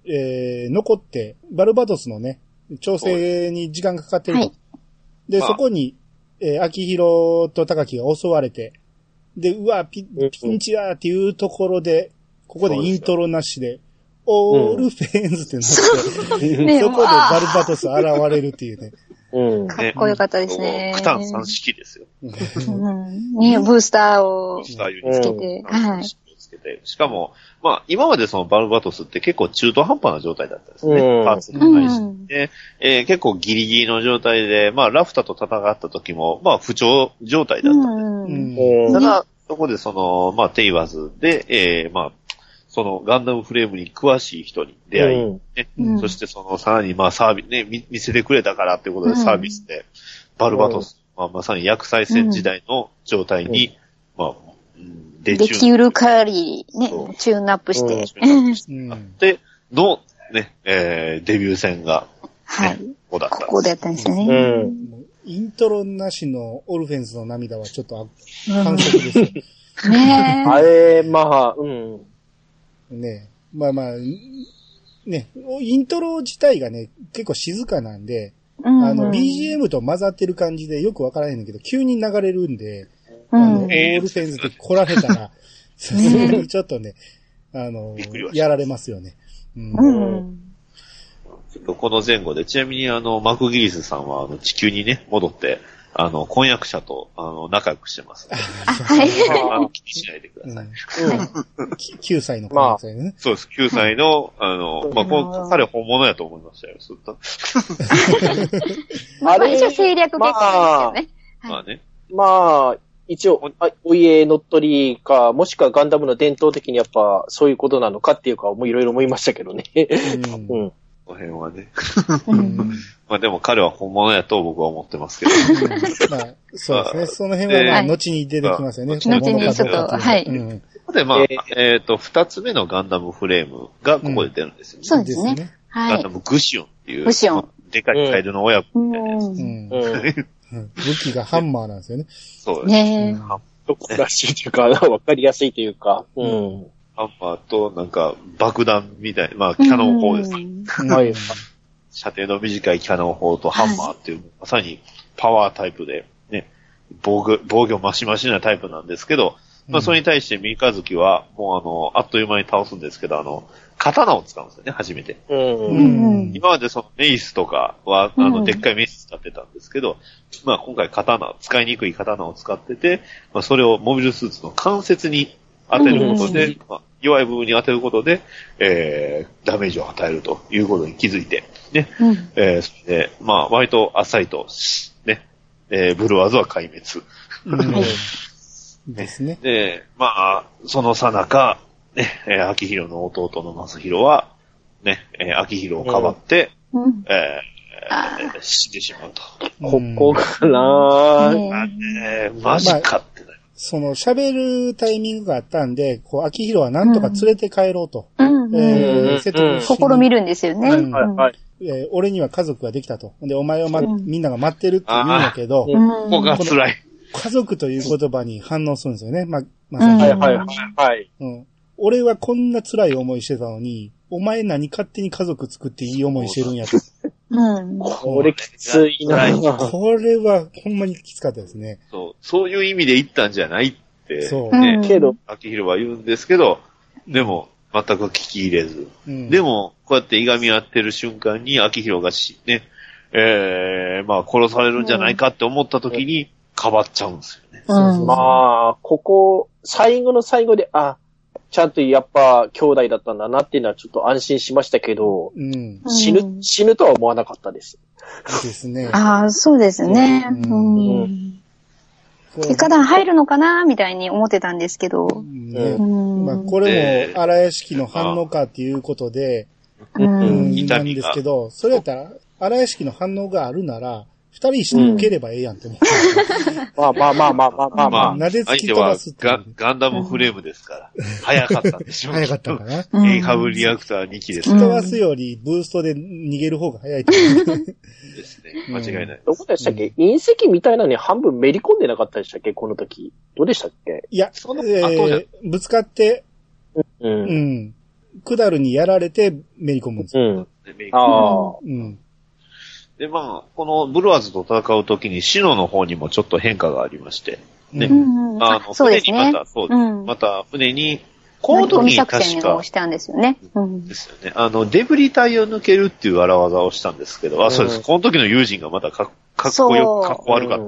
えー、残って、バルバトスのね、調整に時間がかかってると。はい、で、そこに、えー、秋広と高木が襲われて、で、うわ、ピ、ピンチやーっていうところで、ここでイントロなしで、オールフェーンズってなって、うん、そこでバルバトス現れるっていうね。 うん、かっこよかったですね。 クタン三式ですよ。 うん、ね、ブースターをつけて、はい。 つけて。しかも、まあ、今までそのバルバトスって結構中途半端な状態だったんですね。うん、パーツの配信で、えー、結構ギリギリの状態で、まあ、ラフタと戦った時も、まあ、不調状態だったんです。うん、ただ、そこでその、まあ、テイワーズで、えー、まあ、そのガンダムフレームに詳しい人に出会い、ねうん、そしてそのさらにまあサービスね見、見せてくれたからっていうことでサービスで、うん、バルバトス、まあ、まさに薬剤戦時代の状態に、うん、まあ、 できうるかりね、チューンアップして。 うん、で、の、ね、えー、デビュー戦が、ね、 はい、 ここだったんです。 ここだったんですよね。うん、 イントロなしのオルフェンズの涙はちょっと反則ですよ。 ねえ。あれ、まあ、うん。 ねまあまあ、ね、イントロ自体がね、結構静かなんで、うんうん、あの、ビージーエム と混ざってる感じでよくわからへんけど、急に流れるんで、うん、あの、オールフェンズで来られたら、さすがにちょっとね、あの、やられますよね。うん。うん、 この前後で、ちなみにあの、マクギリスさんはあの地球にね、戻って、あの、婚約者と、あの、仲良くしてます。 はい。 あの、気にしないでください。 うん、きゅうさいの婚約者ね、まあ。 そうです。きゅうさいの、あの、まあ、この彼本物やと思いましたよ、ずっと。 まあ、一応政略結婚ですよね。 まあ、まあね。 まあ、一応、お家乗っ取りか、もしくはガンダムの伝統的にやっぱ、そういうことなのかっていうか、もういろいろ思いましたけどね。うん。うんこの辺はね。うん、まあでも彼は本物やと僕は思ってますけど。 うん、まあ、そうですね。その辺はまあ、後に出てきますよね。 後にちょっと、はい。うん、 で、まあ、えっと、二つ目のガンダムフレームがここで出るんですよね。 そうですね。はい。 ガンダムグシオンっていう。 グシオン。 でかいカエルの親子みたいなやつ。 うん武器がハンマーなんですよね。 そうですね。 特らしいというか、わかりやすいというか。うん。 ハンマーと、なんか、爆弾みたいな、まあ、キャノン砲です。はい。射程の短いキャノン砲とハンマーっていう、はい、まさにパワータイプで、ね、防御、防御マシマシなタイプなんですけど、うん、まあ、それに対して三日月は、もうあの、あっという間に倒すんですけど、あの、刀を使うんですよね、初めて。うん、今までそのメイスとかは、あの、でっかいメイス使ってたんですけど、うん、まあ、今回刀、使いにくい刀を使ってて、まあ、それをモビルスーツの関節に当てることで、うんまあ、弱い部分に当てることで、えー、ダメージを与えるということに気づいて、ね。うん、えー、それで、まあ、割とあっさりと、ね、えー、ブルワーズは壊滅。うんですね。 で、まあ、そのさなか、ね、えー、秋広の弟の正宏は、ね、えー、秋広をかばって、うん、えー、えー、死んでしまうと。 ここかなぁ、 えー。マジかってなる。 その喋るタイミングがあったんで、こう、秋広はなんとか連れて帰ろうと。 うんえー、説得し試みるんですよね。うんはいはいえー。俺には家族ができたと。で、お前を、ま、みんなが待ってるって言うんだけど、ここが辛い。 家族という言葉に反応するんですよね。ま、まさに。 はいはいはい。 うん。俺はこんな辛い思いしてたのに、お前何勝手に家族作っていい思いしてるんやと。 うん。 これきついな。 これはほんまにきつかったですね。 そう。そういう意味で言ったんじゃないって、 そう。 ね。 けど、 秋広は言うんですけど、でも、全く聞き入れず。うん、でも、こうやっていがみ合ってる瞬間に、秋広がし、ね、えー、まあ、殺されるんじゃないかって思った時に、かばっちゃうんですよね。 うん、そうそうまあ、ここ、最後の最後で、あ、ちゃんとやっぱ兄弟だったんだなっていうのはちょっと安心しましたけど、うん、死ぬ、死ぬとは思わなかったです。 ですね。 ああ、そうですね。うんうん、結果弾入るのかなみたいに思ってたんですけど。 ねうんまあ、これも荒屋敷の反応かっていうことで、うん、うん、なんですけど、それやったら荒屋敷の反応があるなら、二人一緒に受ければええやんって思って。 まあまあまあまあまあまあまあ。 なでつき飛ばすってガ。ガンダムフレームですから。早かったんでしょう。 早かったかな。 エイハブリアクターにきです。 突き飛ばすよりブーストで逃げる方が早いと思う。 ですね。間違いない。 どこでしたっけ、隕石みたいなのに半分めり込んでなかったでしたっけこの時。どうでしたっけいや、えー、ぶつかって、 うん。 うん。 クダルにやられてめり込むんですよ。 うん。 でメイクああ。 うん。 で、まあ、このブルワーズと戦うときに、シノの方にもちょっと変化がありまして、ね。 ううんうん、 あの、 そうですね。 船にまた、そう、 うん、 また船に、この時に確かを、したんですよね。うん、 ですよね。あの、デブリ体を抜けるっていう荒技をしたんですけど、あ、そうです。 うん、 この時の友人がまたかかっこよく、かっこ悪かった。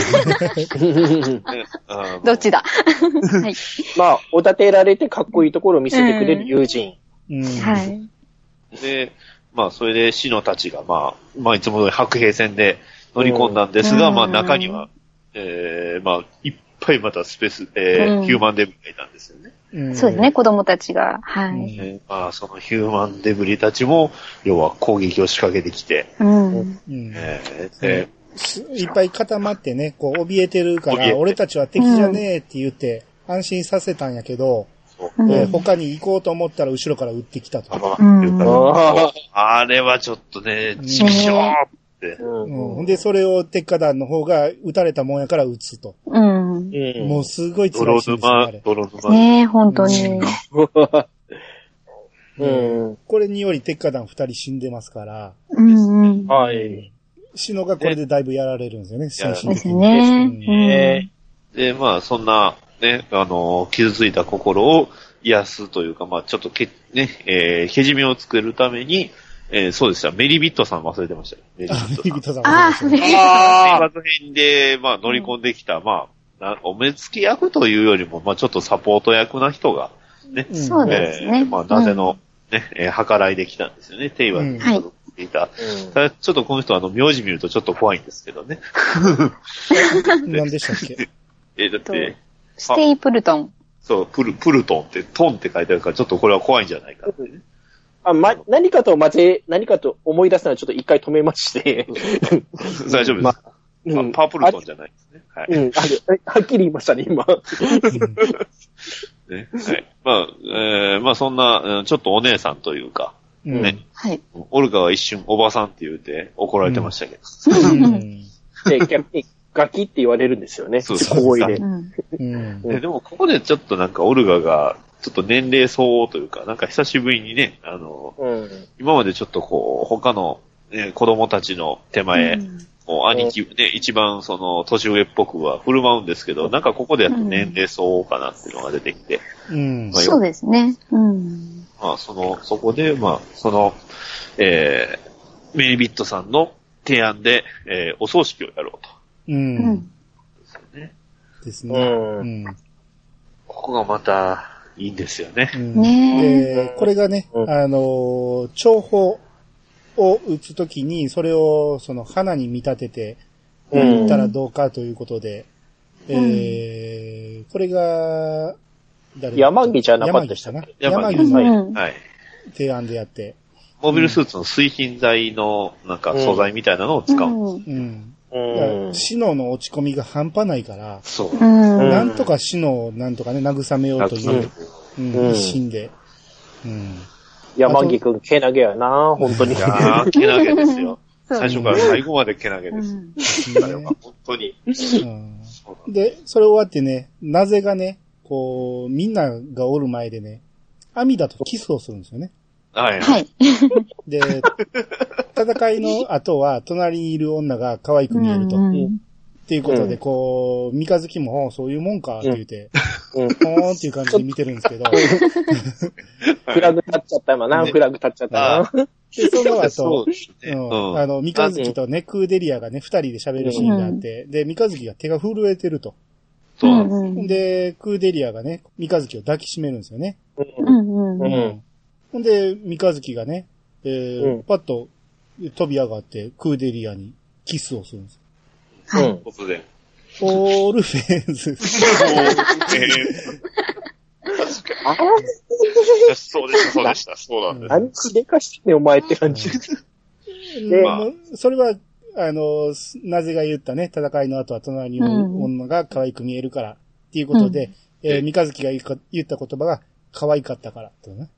ね、どっちだはい。 まあ、おだてられてかっこいいところを見せてくれる友人。 うん、 はい。 で、まあ、それで、シノたちが、まあ、まあ、いつも通り白兵戦で乗り込んだんですが、うん、まあ、中には、えー、まあ、いっぱいまたスペース、えー、うん、ヒューマンデブリがいたんですよね。 うん、そうですね、子供たちが。はい。 えー、まあ、そのヒューマンデブリたちも、要は攻撃を仕掛けてきて、 うん。 えーえー、いっぱい固まってね、こう、怯えてるから、俺たちは敵じゃねえって言って、安心させたんやけど、うん、えー、他に行こうと思ったら後ろから撃ってきたと。 うん、あれはちょっとね、チキショーって。 うん、で、それを鉄火団の方が撃たれたもんやから撃つと。 うん、 もうすごい辛いシーンですね、あれ。 泥沼。 ねえ、本当に。 うん、これにより鉄火団二人死んでますから。 うんうん、 はい。 シノがこれでだいぶやられるんですよね、精神的に。 ね。 で、まあ、そんな、ね、あの、傷ついた心を癒すというか、まあ、ちょっとけ、ね、えー、けじめをつけるために、えー、そうでした。メリビットさん忘れてましたよ。メリビットさん。 ああ、メリビットさん。 ああ、編で、まあ、乗り込んできた、うん、まあ、なお目付き役というよりも、まあ、ちょっとサポート役な人が、ね。 うん、そうですね。 えー、まあ、なぜの、ね、うん、えー、計らいできたんですよね。テイワにはい。 いた。うん、ただ、ちょっとこの人、あの、名字見るとちょっと怖いんですけどね。 何でしたっけえー、だって、 ステイプルトン。 そう、プル、プルトンって、トンって書いてあるから、ちょっとこれは怖いんじゃないかってね。 あ、ま、何かと混ぜ、何かと思い出すのはちょっと一回止めまして。 大丈夫です。まうん、パープルトンじゃないですね。はい。 うん、あはっきり言いましたね、今。 ね、はい。まあ、えー、まあそんな、ちょっとお姉さんというか、 うん、 ね。 はい。 オルガは一瞬おばさんって言うて怒られてましたけど。 うん、で、逆にガキって言われるんですよね。 そうそう。 小声で、 うんうんで。でもここでちょっとなんかオルガが、ちょっと年齢相応というか、なんか久しぶりにね、あの、うん、今までちょっとこう、他の、ね、子供たちの手前、うん、もう兄貴、ね、一番その、年上っぽくは振る舞うんですけど、なんかここでやっと年齢相応かなっていうのが出てきて。 うんまあ、そうですね。うん。 まあ、その、そこで、まあ、その、えー、メリビットさんの提案で、えー、お葬式をやろうと。 うん。 うん、 ですね。ですね。うん。 ここがまた、いいんですよね。 うん、で、これがね、うん、あの、長砲を撃つときに、それをその花に見立てて、撃ったらどうかということで、うん、えー、これが、 誰山木じゃなかったでしたね。 山木の、はい、 提案でやって。 モビルスーツの水品剤の、なんか素材みたいなのを使う。 うん。うんうん、シノの落ち込みが半端ないから、 そう。 なんとかシノをなんとかね、慰めようという、うんうん、一心で。うん、 山木くん、けなげやな、本当に。 いやー、けなげですよ。最初から最後までけなげです。うん、彼は本当に、 うん。で、それ終わってね、なぜがね、こう、みんながおる前でね、アミダとキスをするんですよね。 はい。はい。 で、戦いの後は、隣にいる女が可愛く見えると。うんうん、っていうことで、うん、こう、三日月も、そういうもんか、って言って、うん、ほーんっていう感じで見てるんですけど。 フラグ立っちゃった今な、ね、フラグ立っちゃったな。 で、その後、ねうん、あの、三日月とね、クーデリアがね、二人で喋るシーンがあって、うん、で、三日月が手が震えてると。 そうなんです。 で、クーデリアがね、三日月を抱きしめるんですよね。 うんうんうん。 ほんで、三日月がね、えーうん、パッと飛び上がって、クーデリアにキスをするんです。 はい。 突然。 オールフェンズ。オールフェンズ。 ああそうでした、そうでした。そうなんです。 何しでかしてんねん、お前って感じ。 で、まあ、それは、あの、なぜが言ったね、戦いの後は隣にいる女が可愛く見えるから、っていうことで、うん、えー、三日月が言った言葉が可愛かったから、とね。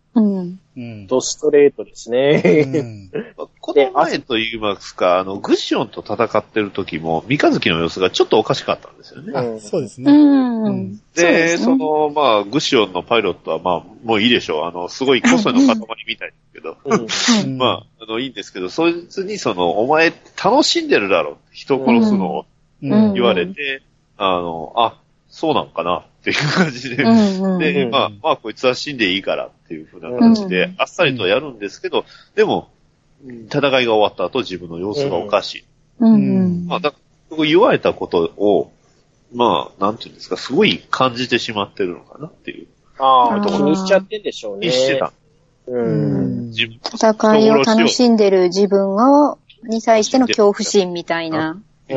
うん。 うん。 ドストレートですね。 うん、 この前と言いますか、あの、グシオンと戦ってる時も、三日月の様子がちょっとおかしかったんですよね。 あ、そうですね。 うん。 で、そ, でね、その、まあ、グシオンのパイロットは、まあ、もういいでしょう。あの、すごい個性の塊みたいですけど。うん、まあ、あの、いいんですけど、そいつにその、お前楽しんでるだろ。人殺すのを言われて、うん、あの、あ、そうなんかなっていう感じで、うん、で、まあ、まあ、こいつは死んでいいからっていう風な形で、あっさりとやるんですけど、でも、戦いが終わった後自分の様子がおかしい。 うん、 まあ、だ言われたことを、まあ、なんていうんですか、すごい感じてしまってるのかなっていう。 ああ、気にしちゃってんでしょうね。 気にしてた。 うん。戦いを楽しんでる自分を、に対しての恐怖心みたいな。 うん。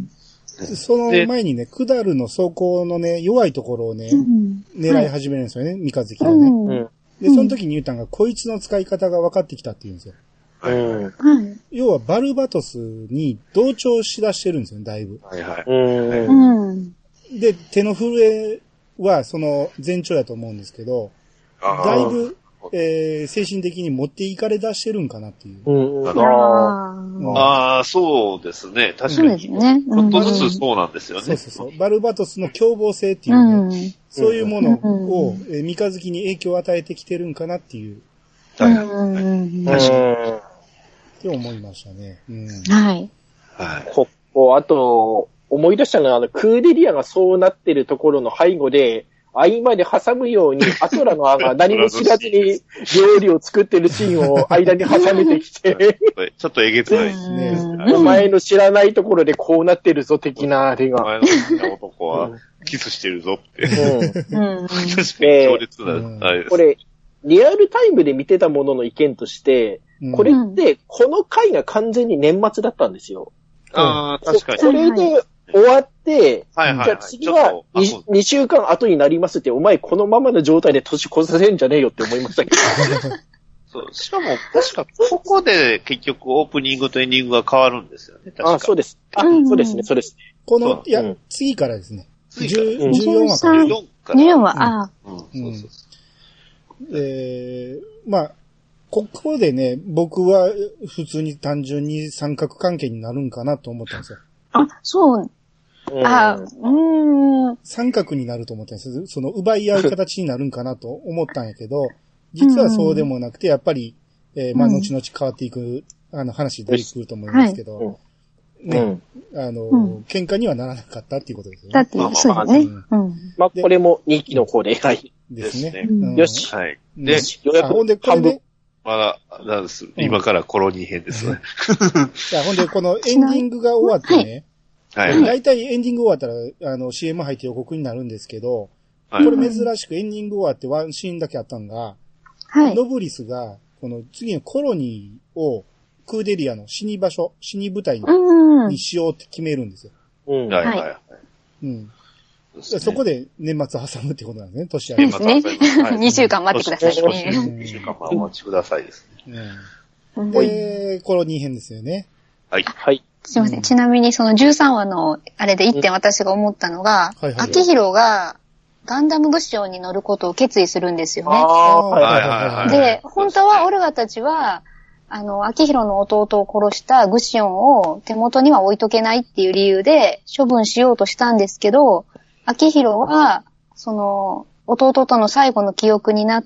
その前にね、クダルの走行のね、弱いところをね、うん、狙い始めるんですよね、はい、三日月がね、うん。で、その時に言うたんが、こいつの使い方が分かってきたって言うんですよ。 うん、 要は、バルバトスに同調しだしてるんですよね、だいぶ。 はいはい。 うん、 で、手の震えは、その前兆やと思うんですけど、だいぶ、えー、精神的に持っていかれ出してるんかなっていう。 うん、 ああ、そうですね。確かに。 そうですね。 ちょっとずつそうなんですよね。 そうそうそう。バルバトスの凶暴性っていうね、うん、そういうものを、えー、三日月に影響を与えてきてるんかなっていう。 はい。確かに。 って思いましたね。うん、 はい。 はい。 ここ、あと、思い出したのは、あの、クーデリアがそうなってるところの背後で、合間で挟むように、アトラのアが何も知らずに料理を作ってるシーンを間に挟めてきて、 ちょっとえげつないですね。 お前の知らないところでこうなってるぞ、的なあれが。 お前の好きな男はキスしてるぞって。うん。確かに強烈な、あれです。 これ、リアルタイムで見てたものの意見として、これって、この回が完全に年末だったんですよ。 ああ、確かに。 それで終わって、 はいはいはい、 じゃあ次は 2, にしゅうかん後になりますって、お前このままの状態で年越させんじゃねえよって思いましたけど。 そう。しかも、確かここで結局オープニングとエンディングが変わるんですよね。確かあ、そうです。あ、そうですね、そうですね。 この、いや、うん、次からですね。 次から。 じゅうよんわから。 じゅうよんわ、ああ。 うん。そうそうそう。 えー、まあ、ここでね、僕は普通に単純に三角関係になるんかなと思ったんですよ。 あ、そう。あ、うーん。 三角になると思ったんですよ。その奪い合う形になるんかなと思ったんやけど、実はそうでもなくて、やっぱり、えー、まあ、後々変わっていく、あの話出てくると思いますけど、はい、ね、うん、あの、うん、喧嘩にはならなかったっていうことですよね。 だって、そうだね。うん。 まあ、これもにきの方で、はい。 ですね。 うん、よし。 はい。 で、ようやくほんで、これで、 まだ、なんです。今からコロニー編ですね。 いや、ほんで、このエンディングが終わってね、はい。大体エンディング終わったら、あの、シーエム 入って予告になるんですけど、はい、これ珍しくエンディング終わってワンシーンだけあったんが、はい。ノブリスが、この次のコロニーを、クーデリアの死に場所、死に舞台にしようって決めるんですよ。 うん。はいはいはい。 うん。そこで年末挟むってことなんですね、年明け。そうですね。にしゅうかん待ってください。 にしゅうかんお待ちくださいですね。うん。で、コロニー編ですよね。 はい。 はい。 すいません。ちなみにそのじゅうさんわのあれでいってん私が思ったのが、秋広がガンダム物証に乗ることを決意するんですよね。 はいはいはい。 で、本当はオルガたちは、あの、秋広の弟を殺したグシオンを手元には置いとけないっていう理由で処分しようとしたんですけど、秋広は、その、弟との最後の記憶になって、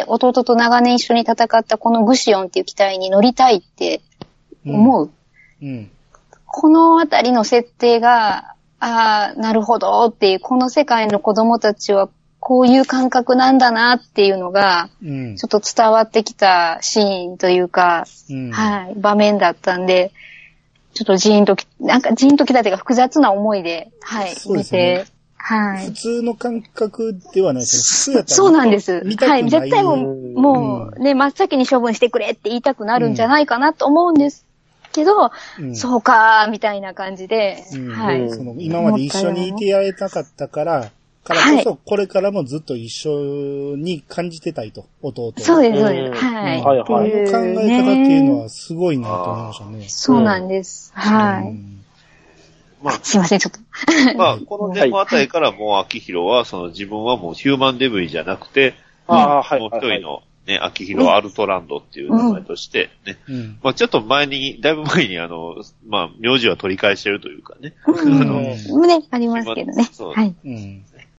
弟と長年一緒に戦ったこのグシオンっていう機体に乗りたいって思う。 うん。うん、 このあたりの設定が、ああ、なるほどっていう、この世界の子供たちはこういう感覚なんだなっていうのが、うん、ちょっと伝わってきたシーンというか、うん、はい、場面だったんで、ちょっとジーンとき、なんかジーンときたというか複雑な思いで、はい、見て、はい。 普通の感覚ではないですね。普通やったらそうなんです。 見たくない。 はい。絶対もう、もうね、真っ先に処分してくれって言いたくなるんじゃないかなと思うんですけど、うん、そうかー、みたいな感じで、うん、はい。 その今まで一緒にいてやれたかったから、からこそ、これからもずっと一緒に感じてたいと、弟。 そうです、そうです。はい。 はい、はい。考え方っていうのはすごいなと思いましたね。 そうなんです。はい。まあ、すいません、ちょっと。 まあ、このデモあたりからもう、秋広は、その自分はもうヒューマンデブリじゃなくて、 ああ、はい。 もう一人のね、秋広アルトランドっていう名前としてね、うん、まあちょっと前に、だいぶ前にあの、まあ名字は取り返してるというかね。 うん、あの、ね、ありますけどね。 そう。 はい。 うん、